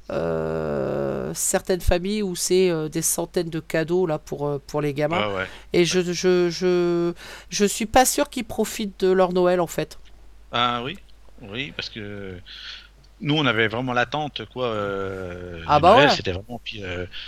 euh, certaines familles où c'est euh, des centaines de cadeaux là pour, euh, pour les gamins. Ouais, ouais. Et je, je, je, je suis pas sûr qu'ils profitent de leur Noël en fait. Ah oui, oui, parce que nous, on avait vraiment l'attente, quoi. Euh, Ah de bah Noël, ouais. c'était vraiment. Puis, euh,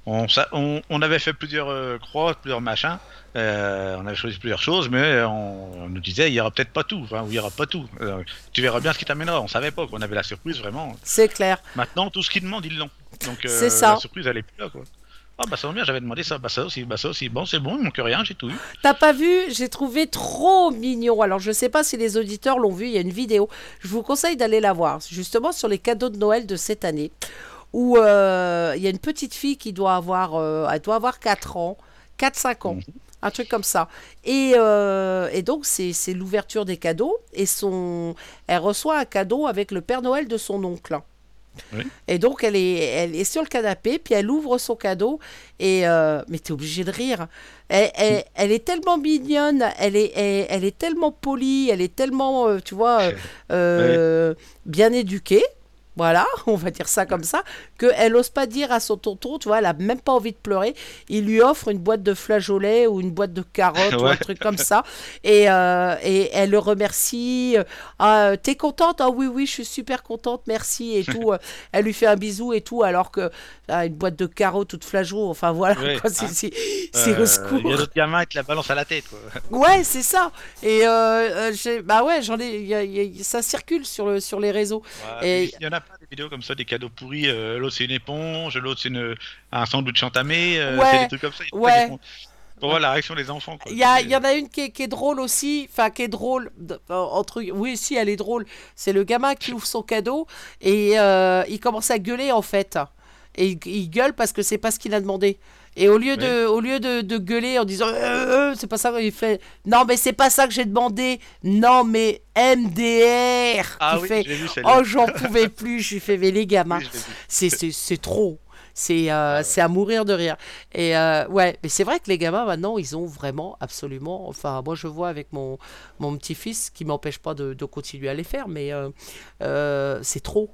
on, ça- on, on avait fait plusieurs euh, croix, plusieurs machins. Euh, on avait choisi plusieurs choses, mais on, on nous disait il y aura peut-être pas tout, enfin, ou il y aura pas tout. Euh, tu verras bien ce qui t'amènera. On savait pas qu'on avait la surprise vraiment. C'est clair. Maintenant, tout ce qu'ils demandent, ils l'ont. Donc euh, C'est ça. la surprise, elle est plus là, quoi. Ah bah ça va bien, j'avais demandé ça, bah ça aussi, bah ça aussi. Bon, c'est bon, il manque rien, j'ai tout eu. T'as pas vu? J'ai trouvé trop mignon. Alors, je sais pas si les auditeurs l'ont vu, il y a une vidéo. Je vous conseille d'aller la voir. Justement, sur les cadeaux de Noël de cette année. Où euh, il y a une petite fille qui doit avoir, euh, elle doit avoir quatre ans, quatre cinq ans. Mhm. Un truc comme ça. Et, euh, et donc, c'est c'est l'ouverture des cadeaux. Et son, elle reçoit un cadeau avec le Père Noël de son oncle. Oui. Et donc, elle est, elle est sur le canapé, puis elle ouvre son cadeau. Et euh, mais t'es obligé de rire. Elle, elle, elle est tellement mignonne, elle est, elle, elle est tellement polie, elle est tellement, euh, tu vois, euh, euh, bien éduquée. Voilà, on va dire ça comme ça, qu'elle n'ose pas dire à son tonton, tu vois, elle a même pas envie de pleurer. Il lui offre une boîte de flageolets ou une boîte de carottes ou un Ouais. truc comme ça. Et, euh, et elle le remercie. euh, Ah, t'es contente? Ah oui, oui, je suis super contente, merci et tout. Euh, Elle lui fait un bisou et tout, alors que ah, une boîte de carottes ou de flageolets, enfin voilà, Ouais, quoi, c'est hein. c'est- c'est Euh, au secours. Il y a d'autres gamins qui te la balancent à la tête, quoi. Ouais, c'est ça. Et euh, euh, j'ai- bah ouais, j'en ai, il y a- il y a- ça circule sur, le, sur les réseaux. Ouais, Et- mais il y en a pas des vidéos comme ça, des cadeaux pourris. euh, l'autre c'est une éponge, l'autre c'est une... un sandwich entamé. euh, Ouais, c'est des trucs comme ça. il faut ouais. qu'ils font- Pour voir la réaction des enfants, quoi. Il y, a- C'est- il y en a une qui est, qui est drôle aussi, enfin qui est drôle, de- euh, entre, oui si elle est drôle, c'est le gamin qui ouvre son cadeau et euh, il commence à gueuler en fait. Et il, il gueule parce que c'est pas ce qu'il a demandé. Et au lieu, de, au lieu de, de gueuler en disant euh, euh, c'est pas ça, il fait non mais c'est pas ça que j'ai demandé, non mais M D R. Ah Il oui, fait je l'ai vu, celle-là. oh j'en pouvais plus, je lui fais mais les gamins, Oui, je l'ai vu. c'est c'est- c'est trop. C'est euh, ouais. c'est à mourir de rire. Et euh, ouais, mais c'est vrai que les gamins maintenant, ils ont vraiment absolument. Enfin, moi je vois avec mon, mon petit-fils qui m'empêche pas de, de continuer à les faire, mais euh, euh, c'est trop.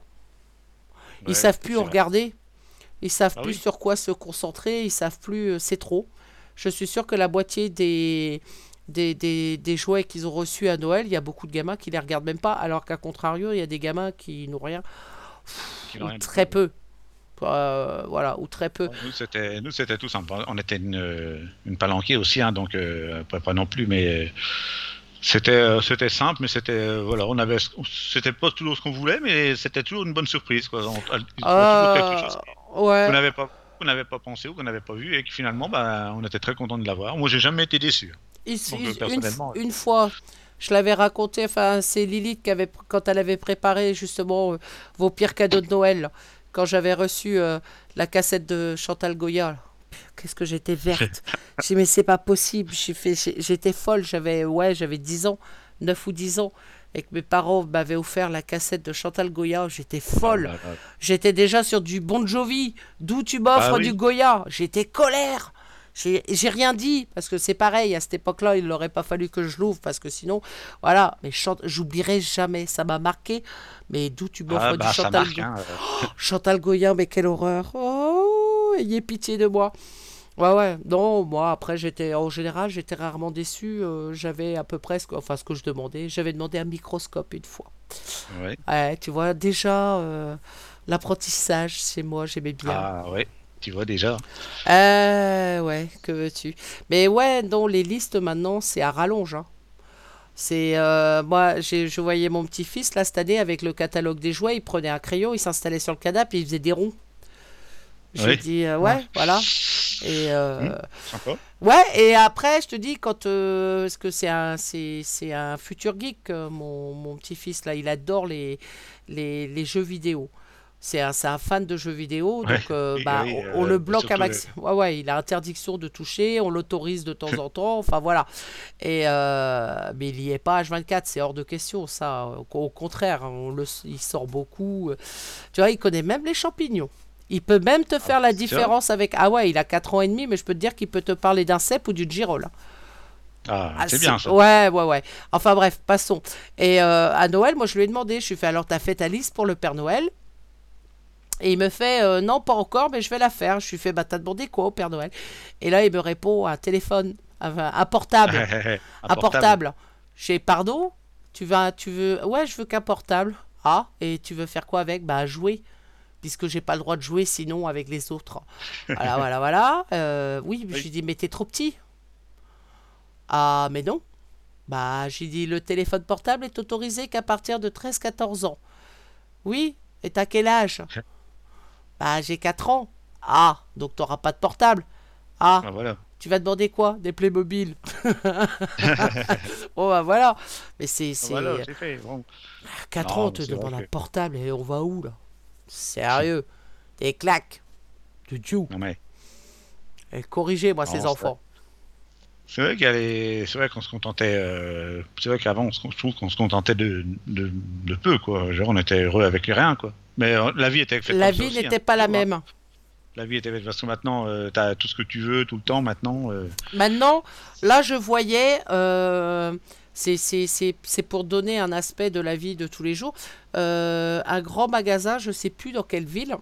Ils Ouais, savent plus c'est vrai. regarder, ils savent Ah plus oui. sur quoi se concentrer, ils savent plus. euh, C'est trop. Je suis sûre que la moitié des. Des, des, des jouets qu'ils ont reçus à Noël, il y a beaucoup de gamins qui les regardent même pas, alors qu'à contrario, il y a des gamins qui n'ont rien, Qui n'ont ou rien du très tout. peu. Euh, voilà, ou très peu. Nous c'était, nous c'était tout simple. On était une, euh, une palanquée aussi, hein, donc euh, pas, pas non plus, mais euh, c'était, euh, c'était simple, mais c'était, euh, voilà, on avait, c'était pas toujours ce qu'on voulait, mais c'était toujours une bonne surprise, quoi. On, il y a toujours quelque chose Euh, ouais. qu'on n'avait pas, qu'on n'avait pas pensé ou qu'on n'avait pas vu, et que finalement, bah, on était très content de l'avoir. Moi, j'ai jamais été déçu. Il- Donc, il- euh, une, personnellement, une fois, je l'avais raconté, enfin, c'est Lilith qui avait, quand elle avait préparé justement euh, vos pires cadeaux de Noël, là, quand j'avais reçu euh, la cassette de Chantal Goya. Là. Qu'est-ce que j'étais verte. J'ai dit, mais c'est pas possible. J'ai fait, j'ai- j'étais folle. J'avais, ouais, j'avais dix ans, neuf ou dix ans. Et que mes parents m'avaient offert la cassette de Chantal Goya. J'étais folle. Ah, bah, bah, J'étais déjà sur du Bon Jovi. D'où tu m'offres Ah oui. du Goya? J'étais colère. J'ai j'ai rien dit, parce que c'est pareil, à cette époque-là, il n'aurait pas fallu que je l'ouvre, parce que sinon, voilà, mais chante, j'oublierai jamais, ça m'a marqué. Mais d'où tu m'offres ah, du bah, ça Chantal, marque, Go- hein, euh. Chantal Goya, mais quelle horreur. Oh, ayez pitié de moi. Ouais, ouais, non, moi, après, j'étais, en général, j'étais rarement déçu. J'avais à peu près, ce que, enfin, ce que je demandais. J'avais demandé un microscope une fois. Ouais. Ouais, tu vois, déjà, euh, l'apprentissage, c'est moi, j'aimais bien. Ah ouais, tu vois déjà. Euh, ouais, que veux-tu? Mais ouais, non, les listes maintenant, c'est à rallonge, hein. C'est euh, moi, j'ai, je voyais mon petit-fils là cette année avec le catalogue des jouets, il prenait un crayon, il s'installait sur le canapé, il faisait des ronds. J'ai Oui. dit euh, ouais, voilà. Et euh, Mmh. Sympa. ouais, et après je te dis quand euh, parce que c'est un c'est c'est un futur geek euh, mon, mon petit-fils là, il adore les les, les jeux vidéo. C'est un, c'est un fan de jeux vidéo, Ouais, donc euh, oui, bah, oui, on, on euh, le bloque surtout, à max. Ouais, ouais, il a interdiction de toucher, on l'autorise de temps en temps, enfin voilà. Et euh, mais il y est pas H vingt-quatre, c'est hors de question ça. Au, au contraire, on le, il sort beaucoup. Tu vois, il connaît même les champignons. Il peut même te faire la c'est différence avec. Ah ouais, il a quatre ans et demi, mais je peux te dire qu'il peut te parler d'un cep ou du girole. Ah, Ah, c'est bien ça. Ouais, ouais, ouais. Enfin bref, passons. Et euh, à Noël, moi je lui ai demandé, je lui ai fait alors t'as fait ta liste pour le Père Noël? Et il me fait euh, non, pas encore, mais je vais la faire. Je lui fais bah t'as demandé quoi au Père Noël? Et là il me répond un téléphone, un, un portable, un portable. J'ai pardon? Tu vas, tu veux? Ouais, je veux qu'un portable. Ah, et tu veux faire quoi avec? Bah jouer. puisque j'ai pas le droit de jouer sinon avec les autres. Voilà, voilà, voilà. Euh, oui, Oui. j'ai dit, mais t'es trop petit. Ah, mais non. Bah, j'ai dit, le téléphone portable est autorisé qu'à partir de treize quatorze ans. Oui, et t'as quel âge? Bah, j'ai quatre ans. Ah, donc t'auras pas de portable. Ah, Ah, voilà. tu vas demander quoi? Des Playmobil. Bon, bah voilà. Mais c'est... Ah, c'est... voilà, c'est fait. Bon. quatre Non, ans, on mais te c'est demande vrai un que- portable et on va où, là? Sérieux. Des claques. Du tout. Non, mais Et corrigez, moi, Non, ces c'est enfants. c'est vrai qu'il y a les- c'est vrai qu'on se contentait. euh, C'est vrai qu'avant, on se- je trouve qu'on se contentait de, de, de peu, quoi. Genre, on était heureux avec rien, quoi. Mais euh, la vie était faite La comme ça vie aussi, n'était hein. pas la Toujours, hein. même. La vie était faite parce que maintenant, euh, t'as tout ce que tu veux tout le temps. Maintenant, euh, Maintenant, là, je voyais, euh, c'est c'est- c'est- c'est pour donner un aspect de la vie de tous les jours, euh, un grand magasin, je sais plus dans quelle ville,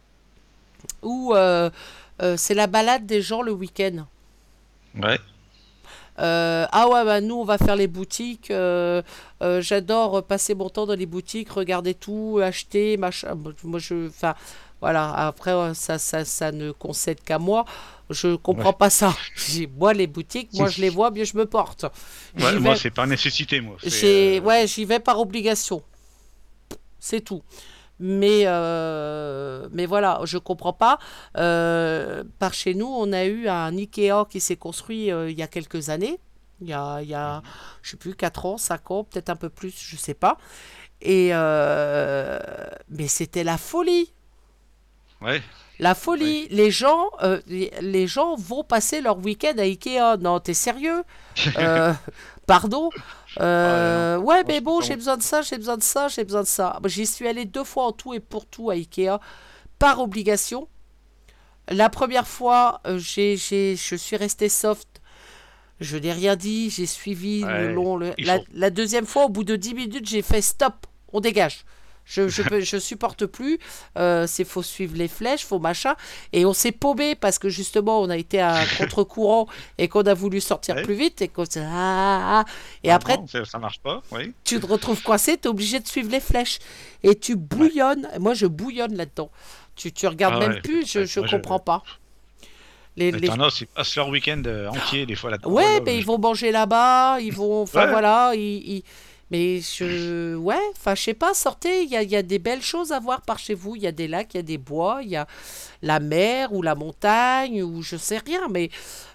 où euh, euh, c'est la balade des gens le week-end. ouais. Euh, ah ouais, bah nous on va faire les boutiques. euh, euh, J'adore passer mon temps dans les boutiques, regarder tout, acheter, machin. Moi moi, je, enfin, voilà. Après, euh, ça, ça, ça ne concède qu'à moi. Je comprends Ouais. pas ça. J'ai- Moi, les boutiques, moi je les vois, mieux je me porte. Ouais, J'y moi, vais- c'est par nécessité, moi. C'est, j'ai, euh, ouais, j'y vais par obligation. C'est tout. Mais, euh, mais voilà, je comprends pas. Euh, par chez nous, on a eu un Ikea qui s'est construit euh, il y a quelques années. Il y a, il y a je sais plus, quatre ans, cinq ans, peut-être un peu plus, je sais pas. Et euh, mais c'était la folie. Ouais. La folie. Les gens, euh, les, les gens vont passer leur week-end à Ikea. Non, t'es sérieux? Euh, Pardon? Euh, ouais, mais je bon, comprends. j'ai besoin de ça, j'ai besoin de ça, j'ai besoin de ça. Moi, j'y suis allé deux fois en tout et pour tout à Ikea, par obligation. La première fois, euh, j'ai, j'ai, je suis resté soft. Je n'ai rien dit, j'ai suivi le Ouais, long. le- il la, faut. la deuxième fois, au bout de dix minutes, j'ai fait stop, on dégage. Je, je, peux- je supporte plus. Euh, c'est faut suivre les flèches, faut machin. Et on s'est paumé parce que justement, on a été à contre-courant et qu'on a voulu sortir Ouais. plus vite et qu'on s'est- ah, ah, ah. Et Ah après, non, ça, ça marche pas, oui. tu te retrouves coincé, tu es obligé de suivre les flèches. Et tu bouillonnes. Moi, je bouillonne là-dedans. Tu, tu regardes Ah même ouais. plus, je, Ouais, je moi, je- comprends pas. Les, Mais les- t'en as, ils passent leur week-end euh, entier, des fois, là-dedans. Ouais, Voilà, mais je- ils vont manger là-bas, ils vont. Enfin Ouais. voilà, ils, ils- mais je. Ouais, enfin je sais pas, sortez, il y a, il y a des belles choses à voir par chez vous. Il y a des lacs, il y a des bois, il y a la mer ou la montagne ou je sais rien, mais.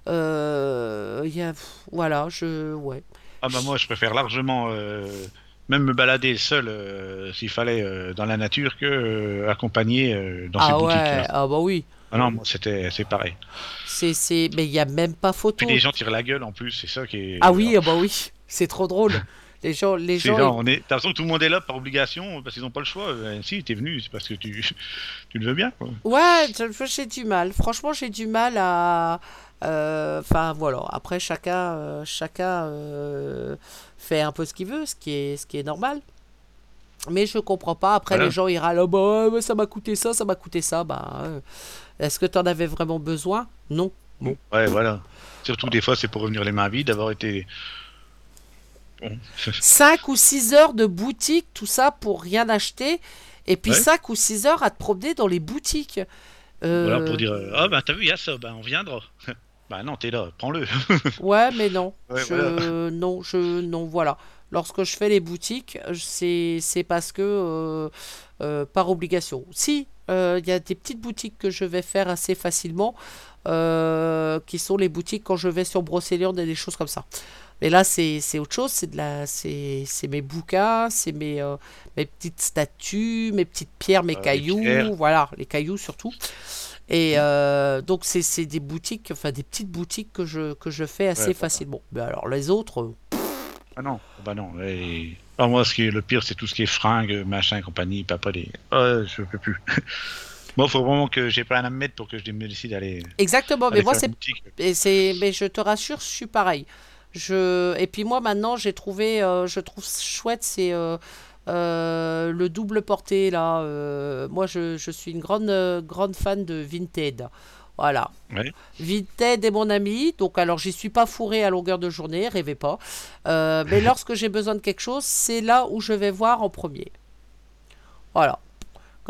euh, il y a. Voilà, je. Ouais. Ah bah moi, je préfère largement euh, même me balader seul, euh, s'il fallait, euh, dans la nature, que euh, accompagné euh, dans ces Ah ouais, boutiques-là. ah bah oui. Ah non, moi, c'était, c'est pareil. C'est, c'est... Mais il y a même pas photo. Puis les gens tirent la gueule, en plus, c'est ça qui est... Ah oui, ah bah oui, c'est trop drôle. Les gens, les C'est gens, genre, ils- on est... T'as l'impression que tout le monde est là par obligation, parce qu'ils n'ont pas le choix. Euh, si, t'es venu, c'est parce que tu, tu le veux bien, quoi. Ouais, je- j'ai du mal. Franchement, j'ai du mal à. euh, Enfin, voilà. Après, chacun, euh, chacun euh, fait un peu ce qu'il veut, ce qui est, ce qui est normal. Mais je comprends pas. Après, Voilà. les gens ils râlent. Oh, bah, ouais, ça m'a coûté ça, ça m'a coûté ça. Bah, euh, est-ce que tu en avais vraiment besoin? Non. Bon. Ouais, voilà. Surtout, des fois, c'est pour revenir les mains vides, d'avoir été... Bon. cinq ou six heures de boutique, tout ça pour rien acheter. Et puis Ouais. cinq ou six heures à te promener dans les boutiques. Euh, Voilà, pour dire, euh, ah bah t'as vu, il y a ça, bah on viendra. Bah non, t'es là, prends-le. Ouais, mais non. Ouais, je, voilà. Non, je, non, voilà. Lorsque je fais les boutiques, c'est, c'est parce que euh, euh, par obligation. Si, euh, il y a des petites boutiques que je vais faire assez facilement, euh, qui sont les boutiques quand je vais sur Brocéliande et des choses comme ça. Mais là, c'est, c'est autre chose. C'est de la, c'est, c'est mes bouquins, c'est mes, euh, mes petites statues, mes petites pierres, mes Euh, les cailloux, pierres. voilà, les cailloux surtout. Et euh, donc c'est, c'est des boutiques, enfin des petites boutiques que je, que je fais assez voilà. facilement. Mais alors les autres, euh, Ah non, bah non. Et... Ah, moi, ce qui est le pire, c'est tout ce qui est fringues, machin, et compagnie, pas pas les... Ah, je peux plus. Moi, faut vraiment que j'ai pas un à me mettre pour que je me décide d'aller... exactement. Mais aller moi faire c'est, une boutique. et c'est, mais je te rassure, je suis pareil. Je, et puis moi maintenant j'ai trouvé, euh, je trouve chouette, c'est euh, euh, le double porté là. euh, moi je, je suis une grande, euh, grande fan de Vinted. Voilà. Ouais. Vinted est mon ami, donc alors j'y suis pas fourré à longueur de journée, rêvez pas. Euh, mais lorsque j'ai besoin de quelque chose, c'est là où je vais voir en premier. Voilà.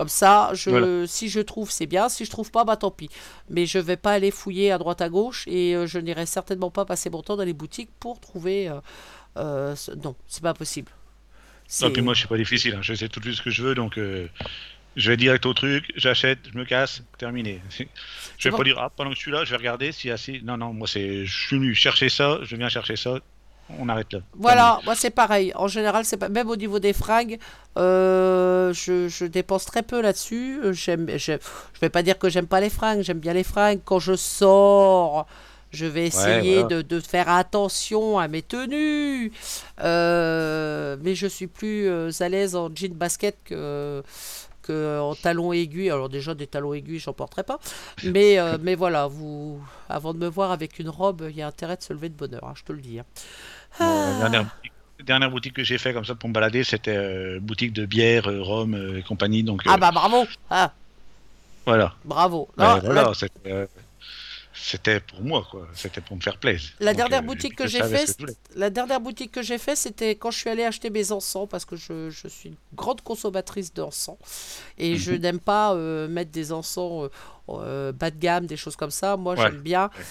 Comme ça, je, Voilà. si je trouve, c'est bien. Si je trouve pas, bah tant pis. Mais je vais pas aller fouiller à droite à gauche et euh, je n'irai certainement pas passer mon temps dans les boutiques pour trouver. euh, euh, ce- non, c'est pas possible. Non, C'est- puis moi, je suis pas difficile. Hein. Je sais tout de suite ce que je veux, donc euh, je vais direct au truc, j'achète, je me casse, terminé. Je vais bon. pas dire, ah, pendant que je suis là, je vais regarder s'il y a assez. Non, non, moi, c'est, je suis venu chercher ça, je viens chercher ça, on arrête là. Voilà, moi c'est pareil. En général, c'est pas même au niveau des fringues, euh, je, je dépense très peu là-dessus. Euh, J'aime, je, je vais pas dire que j'aime pas les fringues, j'aime bien les fringues. Quand je sors, je vais essayer voilà. de, de faire attention à mes tenues. Euh, mais je suis plus euh, à l'aise en jean basket que que en talons aiguilles. Alors déjà des talons aiguilles, j'en porterai pas. Mais euh, mais voilà, vous, avant de me voir avec une robe, il y a intérêt de se lever de bonne heure, hein, je te le dis. hein. Bon, la dernière, boutique- la dernière boutique que j'ai fait comme ça pour me balader, c'était euh, boutique de bière, euh, rhum euh, et compagnie. Donc, Ah euh, bah bravo, ah, voilà. bravo. Ouais, Non, voilà, la, c'était, euh, c'était pour moi, quoi. C'était pour me faire plaisir. la Donc, dernière euh, boutique je que j'ai savais fait, ce que je voulais. la dernière boutique que j'ai fait, c'était quand je suis allée acheter mes encens parce que je, je suis une grande consommatrice d'encens et je Mhm. n'aime pas euh, mettre des encens euh, euh, bas de gamme, des choses comme ça. Moi, Ouais. j'aime bien Ouais.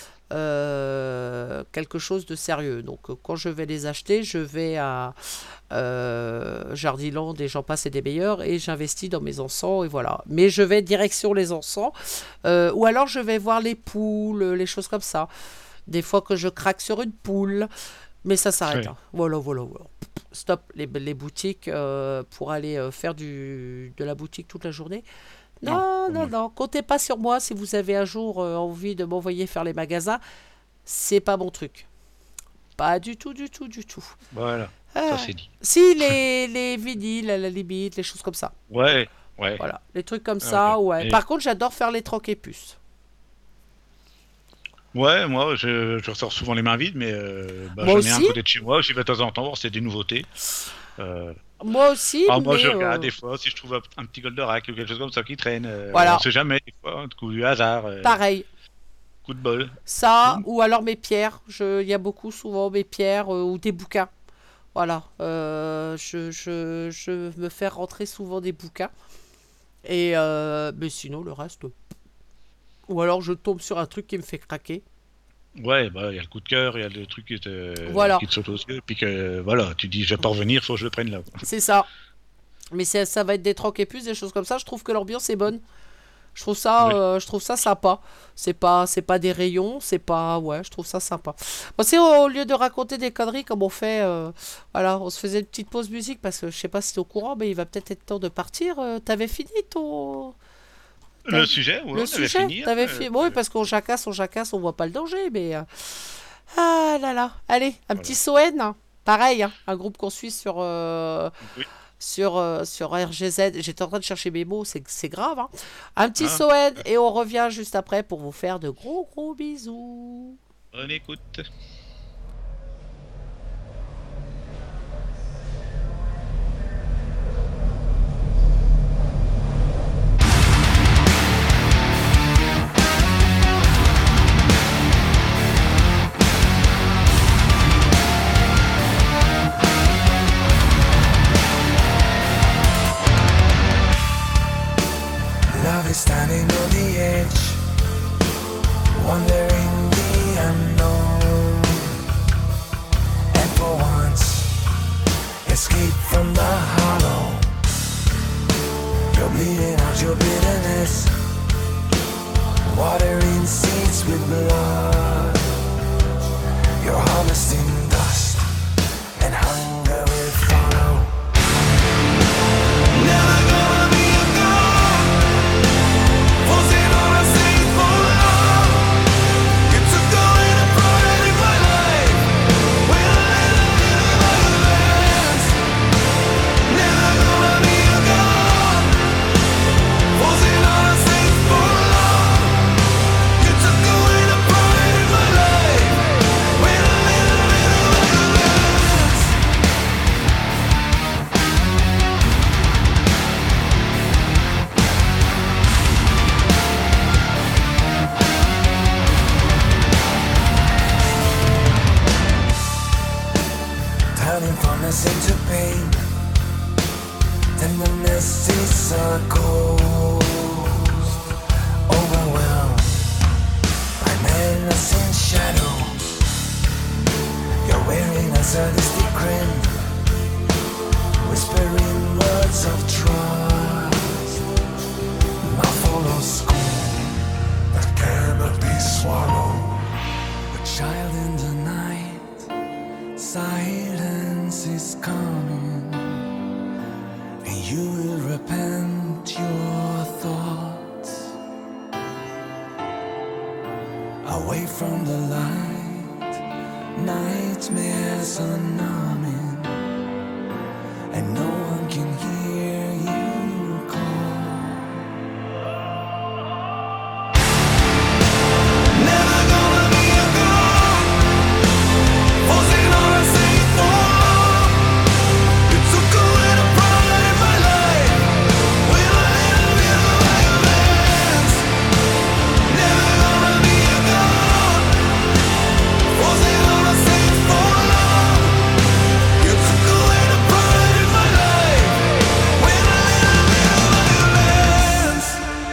euh, quelque chose de sérieux. Donc, euh, quand je vais les acheter, je vais à euh, Jardiland et j'en passe et des meilleurs et j'investis dans mes encens et voilà. Mais je vais direction les encens euh, ou alors je vais voir les poules, les choses comme ça. Des fois que je craque sur une poule, mais ça s'arrête. Ouais. hein. Voilà, voilà, voilà. Stop les, les boutiques euh, pour aller euh, faire du, de la boutique toute la journée. Non, Non, non, non. non, comptez pas sur moi si vous avez un jour euh, envie de m'envoyer faire les magasins. C'est pas mon truc. Pas du tout, du tout, du tout. Voilà, Ah. ça c'est dit. Si, les, les vinyles à la limite, les choses comme ça. Ouais, ouais. Voilà, les trucs comme Ah, ça, ok. ouais. Et- Par contre, j'adore faire les trocs et puces. Ouais, moi, je, je ressors souvent les mains vides, mais euh, bah, Moi j'en ai un aussi. à côté de chez moi. J'y vais de temps en temps voir si c'est des nouveautés. Euh, Moi aussi, ah, moi, mais, je regarde euh, des fois si je trouve un, un petit Goldorak ou quelque chose comme ça qui traîne. euh, Voilà. On sait jamais, des fois, un coup du hasard, euh, pareil. coup de bol. Ça, Mm. ou alors mes pierres. Je- Il y a beaucoup souvent mes pierres euh, ou des bouquins. Voilà. Euh, je, je, je me fais rentrer souvent des bouquins. Et euh, mais sinon, le reste. Ou alors je tombe sur un truc qui me fait craquer. Ouais, bah, il y a le coup de cœur, il y a le truc qui te, Voilà. qui te saute aux yeux, puis que voilà, tu dis, je vais pas revenir, faut que je le prenne là. C'est ça. Mais c'est- ça va être des trocs et puces, des choses comme ça. Je trouve que l'ambiance est bonne. Je trouve ça, Oui. euh, je trouve ça sympa. C'est pas, c'est pas des rayons, c'est pas, ouais, je trouve ça sympa. Bon, c'est au lieu de raconter des conneries comme on fait, euh, voilà, on se faisait une petite pause musique parce que je sais pas si t'es au courant, mais il va peut-être être temps de partir. Euh, T'avais fini ton, Le sujet, ouais, le on avait sujet, fini. t'avais euh, fini. Bon, oui, parce qu'on jacasse, on jacasse, on voit pas le danger, mais euh, ah là là. Allez, un petit Soen, hein. Pareil, hein, un groupe qu'on suit sur. euh, Oui. Sur, euh, sur R G Z, j'étais en train de chercher mes mots, c'est c'est grave. Hein. Un petit Ah. Soen et on revient juste après pour vous faire de gros gros bisous. On écoute. Love is standing on the edge, wondering the unknown. And for once, escape from the hollow. You're bleeding out your bitterness, watering seeds with blood. You're harvesting dust, and hunger will follow. Never gonna be a god, forcing on a saint for love. You took away the pride in my life, when I live like a last. Never gonna be a god, forcing on a saint for love. You took away the pride in my life, when I live like a last. Turning fondness into pain, then the misty circles overwhelmed by menacing shadows. You're wearing a sadistic grin, whispering words of trust. Mouthful of scorn that cannot be swallowed. A child in the night, silence is coming, and you will repent your thoughts. Away from the light, nightmares are numbing, and no one can hear you call. Never gonna be a god, forcing on a safe fall. You took away the pride in my life with a little bit of violence. Never gonna be a god, forcing on a safe fall. You took away the pride in my life with a little bit of violence.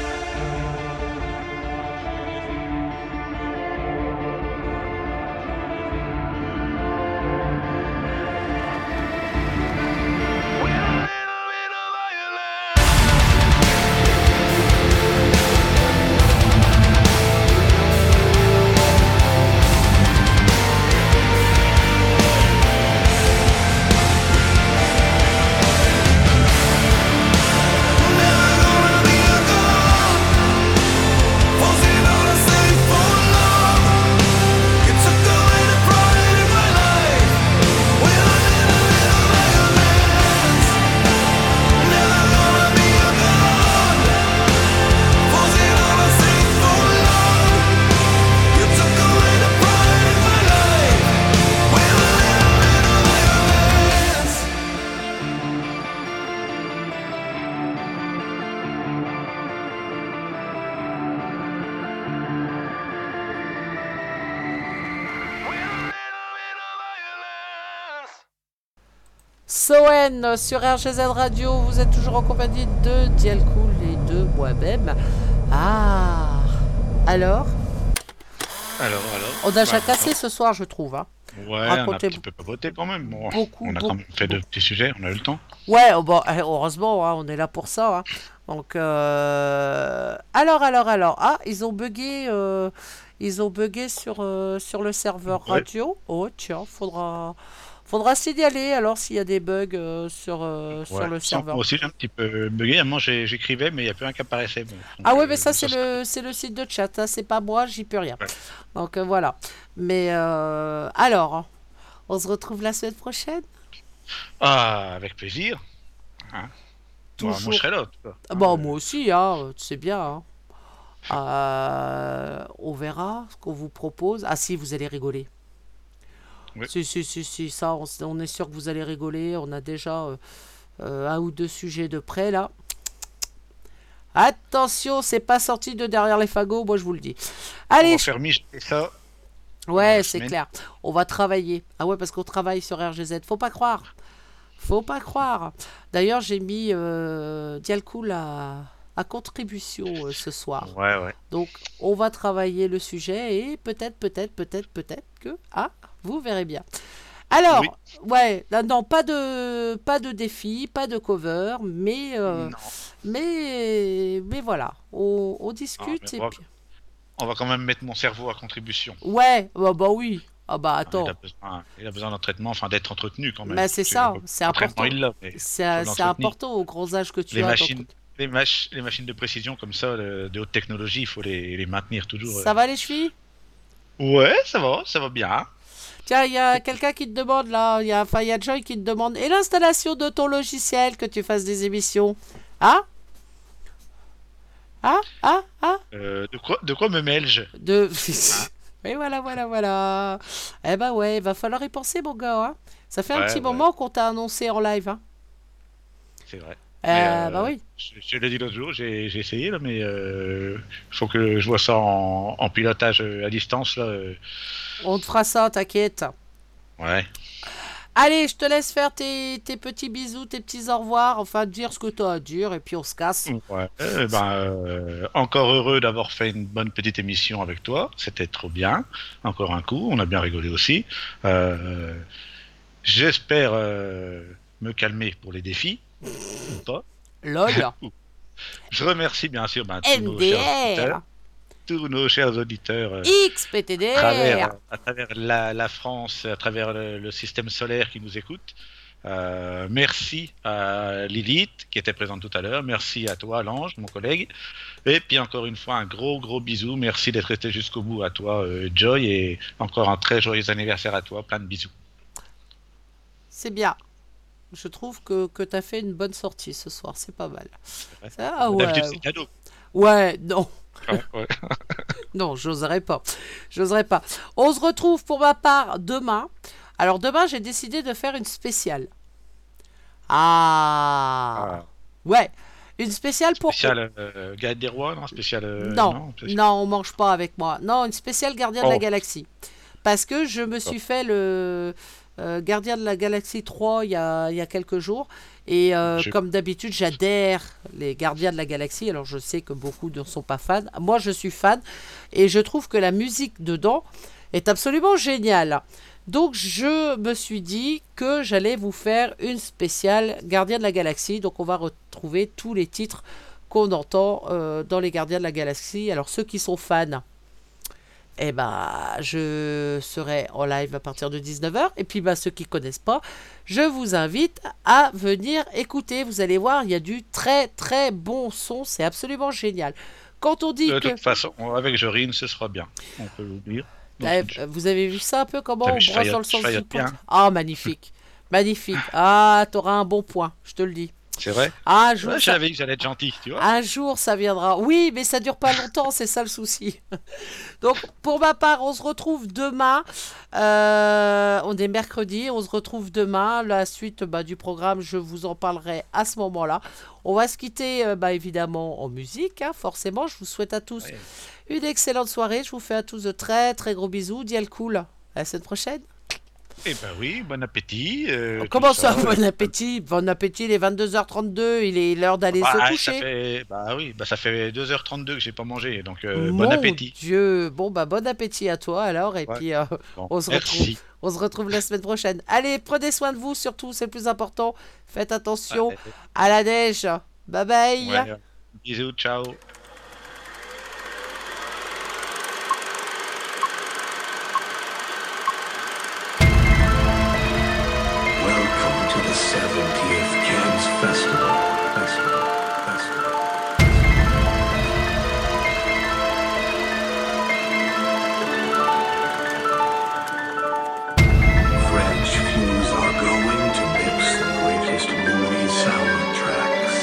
Soen sur R G Z Radio, vous êtes toujours en compagnie de Dialcool et de moi-même. Ah, alors Alors, alors. On a déjà Bah, cassé ce soir, je trouve. Hein. Ouais, on a un Racontez- petit peu papoté quand même. Bon, Beaucoup, on a beaucoup, quand même fait de petits sujets, on a eu le temps. Ouais, oh, bon, eh, heureusement, hein, on est là pour ça. Hein. Donc, euh, alors, alors, alors, ah, ils ont bugué, euh, ils ont bugué sur, euh, sur le serveur Ouais. radio. Oh, tiens, faudra, faudra signaler alors s'il y a des bugs euh, sur, euh, sur Ouais. le Sans- serveur. Moi aussi, j'ai un petit peu bugué. À un moment, j'ai- j'écrivais, mais il n'y a plus rien qui apparaissait. Bon, donc, Ah ouais, euh, mais ça, c'est se- le, c'est le site de chat, hein, c'est pas moi, j'y peux rien. Ouais. Donc, euh, voilà. Mais, euh, alors, on se retrouve la semaine prochaine. Ah, avec plaisir. Hein. Moi, Toujours. moi, je serai là. en tout cas. Ah Bon, Euh, moi aussi, hein, tu sais bien. Hein. Euh, on verra ce qu'on vous propose. Ah si, vous allez rigoler. Oui. Si, si, si, si, ça, on, s- on est sûr que vous allez rigoler. On a déjà euh, euh, un ou deux sujets de près, là. Attention, c'est pas sorti de derrière les fagots, moi je vous le dis. on Allez, va je- faire mijoter ça. ouais, la c'est semaine. clair. On va travailler. Ah ouais, parce qu'on travaille sur R G Z. Faut pas croire. Faut pas croire. D'ailleurs, j'ai mis euh, Dialcool à, à contribution euh, ce soir. Ouais, ouais. Donc, on va travailler le sujet et peut-être, peut-être, peut-être, peut-être que... Ah, vous verrez bien. Alors, Oui. ouais, non, non, pas de, pas de défi, pas de cover, mais, euh, Non. mais, mais voilà, on, on discute Ah, mais et bon. puis... On va quand même mettre mon cerveau à contribution. Ouais, bah, bah oui. Ah bah attends, Il a besoin, il a besoin d'entraînement, enfin d'être entretenu quand même. bah, c'est Parce ça, que c'est l'entraînement, important. il l'a, mais C'est faut c'est l'entretenir. important au gros âge que tu Les as. machines, donc- les, mach- les machines de précision comme ça, de, de haute technologie, il faut les, les maintenir toujours. Ça euh. va les chevilles? Ouais, ça va, ça va bien. Tiens, il y a quelqu'un qui te demande là, il y a, enfin, il y a Joy qui te demande, et l'installation de ton logiciel que tu fasses des émissions? Hein? Ah, ah, ah, Euh, de quoi, de quoi me mêle-je? de... Et voilà, voilà, voilà. Eh ben ouais, il va falloir y penser, mon gars. Hein. Ça fait un Ouais, petit ouais. moment qu'on t'a annoncé en live. Hein. C'est vrai. Euh, Mais, euh, Bah oui. Je, je l'ai dit l'autre jour, j'ai j'ai essayé, là, mais il euh, faut que je vois ça en, en pilotage euh, à distance. Là, euh. On te fera ça, t'inquiète. Ouais. Allez, je te laisse faire tes, tes petits bisous, tes petits au revoir, enfin dire ce que tu as à dire et puis on se casse. Ouais. Eh ben, euh, encore heureux d'avoir fait une bonne petite émission avec toi. C'était trop bien. Encore un coup, on a bien rigolé aussi. Euh, j'espère euh, me calmer pour les défis. Ou pas. Lol. Je remercie bien sûr ben, tous, nos chers N D R. auditeurs, tous nos chers auditeurs euh, X P T D à travers, R. à travers la, la France, à travers le, le système solaire qui nous écoute. Euh, merci à Lilith qui était présente tout à l'heure. Merci à toi, Lange, mon collègue. Et puis encore une fois, un gros gros bisou. Merci d'être resté jusqu'au bout à toi, euh, Joy. Et encore un très joyeux anniversaire à toi. Plein de bisous. C'est bien. Je trouve que, que tu as fait une bonne sortie ce soir. C'est pas mal. Ouais. Ça, ah ouais. D'habitude, c'est cadeau. Ouais, non. Ouais, ouais. Non, j'oserais pas. J'oserais pas. On se retrouve pour ma part demain. Alors demain, j'ai décidé de faire une spéciale. Ah. Ah. Ouais. Une spéciale pour... Spécial euh, Galette des Rois, non Spécial. euh, non, non, non, spécial- on mange pas avec moi. Non, une spéciale Gardien de la Oh. Galaxie. Parce que je me suis fait le euh, Gardien de la Galaxie trois il y a, il y a quelques jours. Et euh, Je- comme d'habitude, j'adhère les Gardiens de la Galaxie. Alors je sais que beaucoup ne sont pas fans. Moi, je suis fan. Et je trouve que la musique dedans est absolument géniale. Donc je me suis dit que j'allais vous faire une spéciale Gardien de la Galaxie. Donc on va retrouver tous les titres qu'on entend euh, dans les Gardiens de la Galaxie. Alors ceux qui sont fans, eh ben, je serai en live à partir de dix-neuf heures. Et puis bah, ceux qui ne connaissent pas, je vous invite à venir écouter. Vous allez voir, il y a du très très bon son. C'est absolument génial. Quand on dit De que... toute façon, avec Jorine, ce sera bien. On peut l'oublier. Donc, Eh, vous avez vu ça un peu comment T'as on vu, je brosse faillote- dans le sens je du faillote poing. bien. Ah, magnifique. Magnifique. Ah, t'auras un bon point, je te le dis. C'est vrai. Un jour, Ouais, je ça... savais que j'allais être gentil, tu vois. un jour, ça viendra. Oui, mais ça dure pas longtemps, c'est ça le souci. Donc, pour ma part, on se retrouve demain. Euh, on est mercredi, on se retrouve demain. La suite bah, du programme, je vous en parlerai à ce moment-là. On va se quitter, euh, bah, évidemment, en musique. Hein, forcément, je vous souhaite à tous Ouais. une excellente soirée. Je vous fais à tous de très, très gros bisous. Dial cool. À la semaine prochaine. Eh ben oui, bon appétit. euh, tout Comment ça, ça. bon appétit? Bon appétit, il est vingt-deux heures trente-deux, il est l'heure d'aller Bah, se ça coucher. fait... Bah oui, bah ça fait deux heures trente-deux que j'ai pas mangé, donc euh, Mon bon appétit. Dieu, bon bah bon appétit à toi alors, et Ouais. puis euh, Bon, on, se retrouve, merci. on se retrouve la semaine prochaine. Allez, prenez soin de vous surtout, c'est le plus important. Faites attention Ouais, à la neige. Bye bye. ouais, ouais. Bisous, ciao. Welcome to the seventieth Cannes Festival. Festival. Festival. French Fuse are going to mix the greatest movie soundtracks.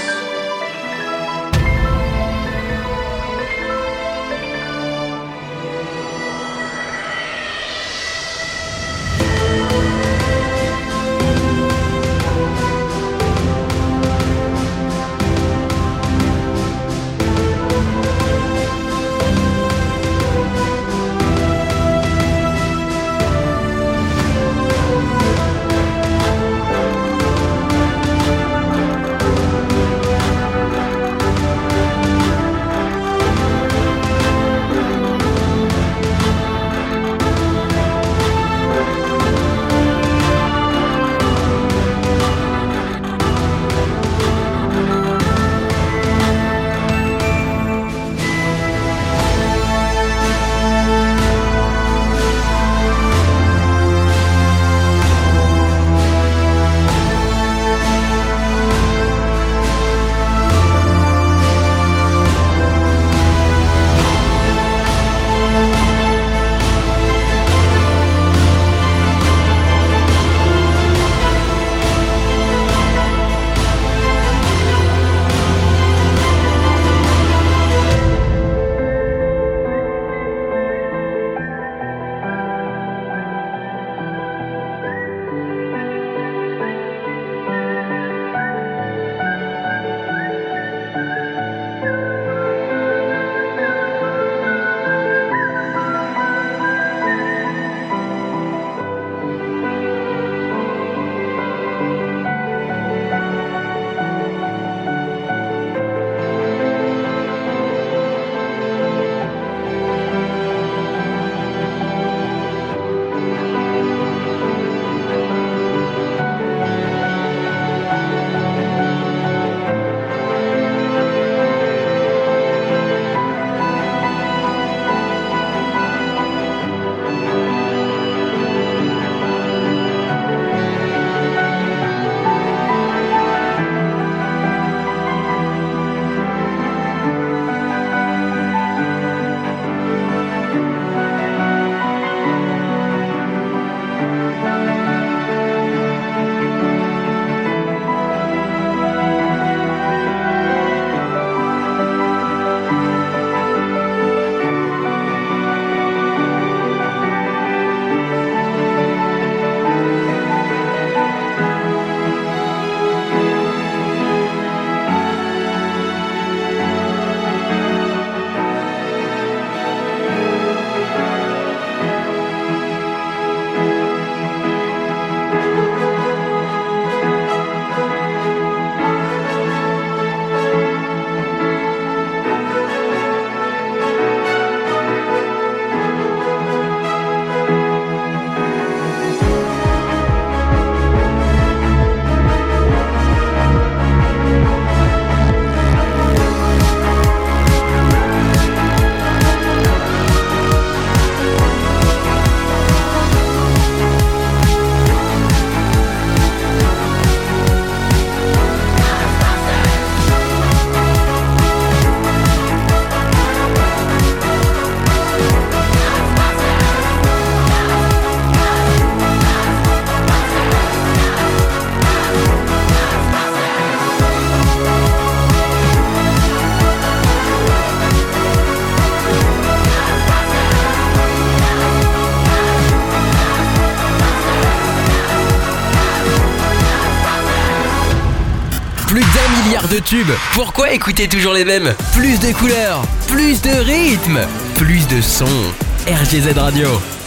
Plus d'un milliard de tubes. Pourquoi écouter toujours les mêmes? Plus de couleurs, plus de rythme, plus de sons. R G Z Radio.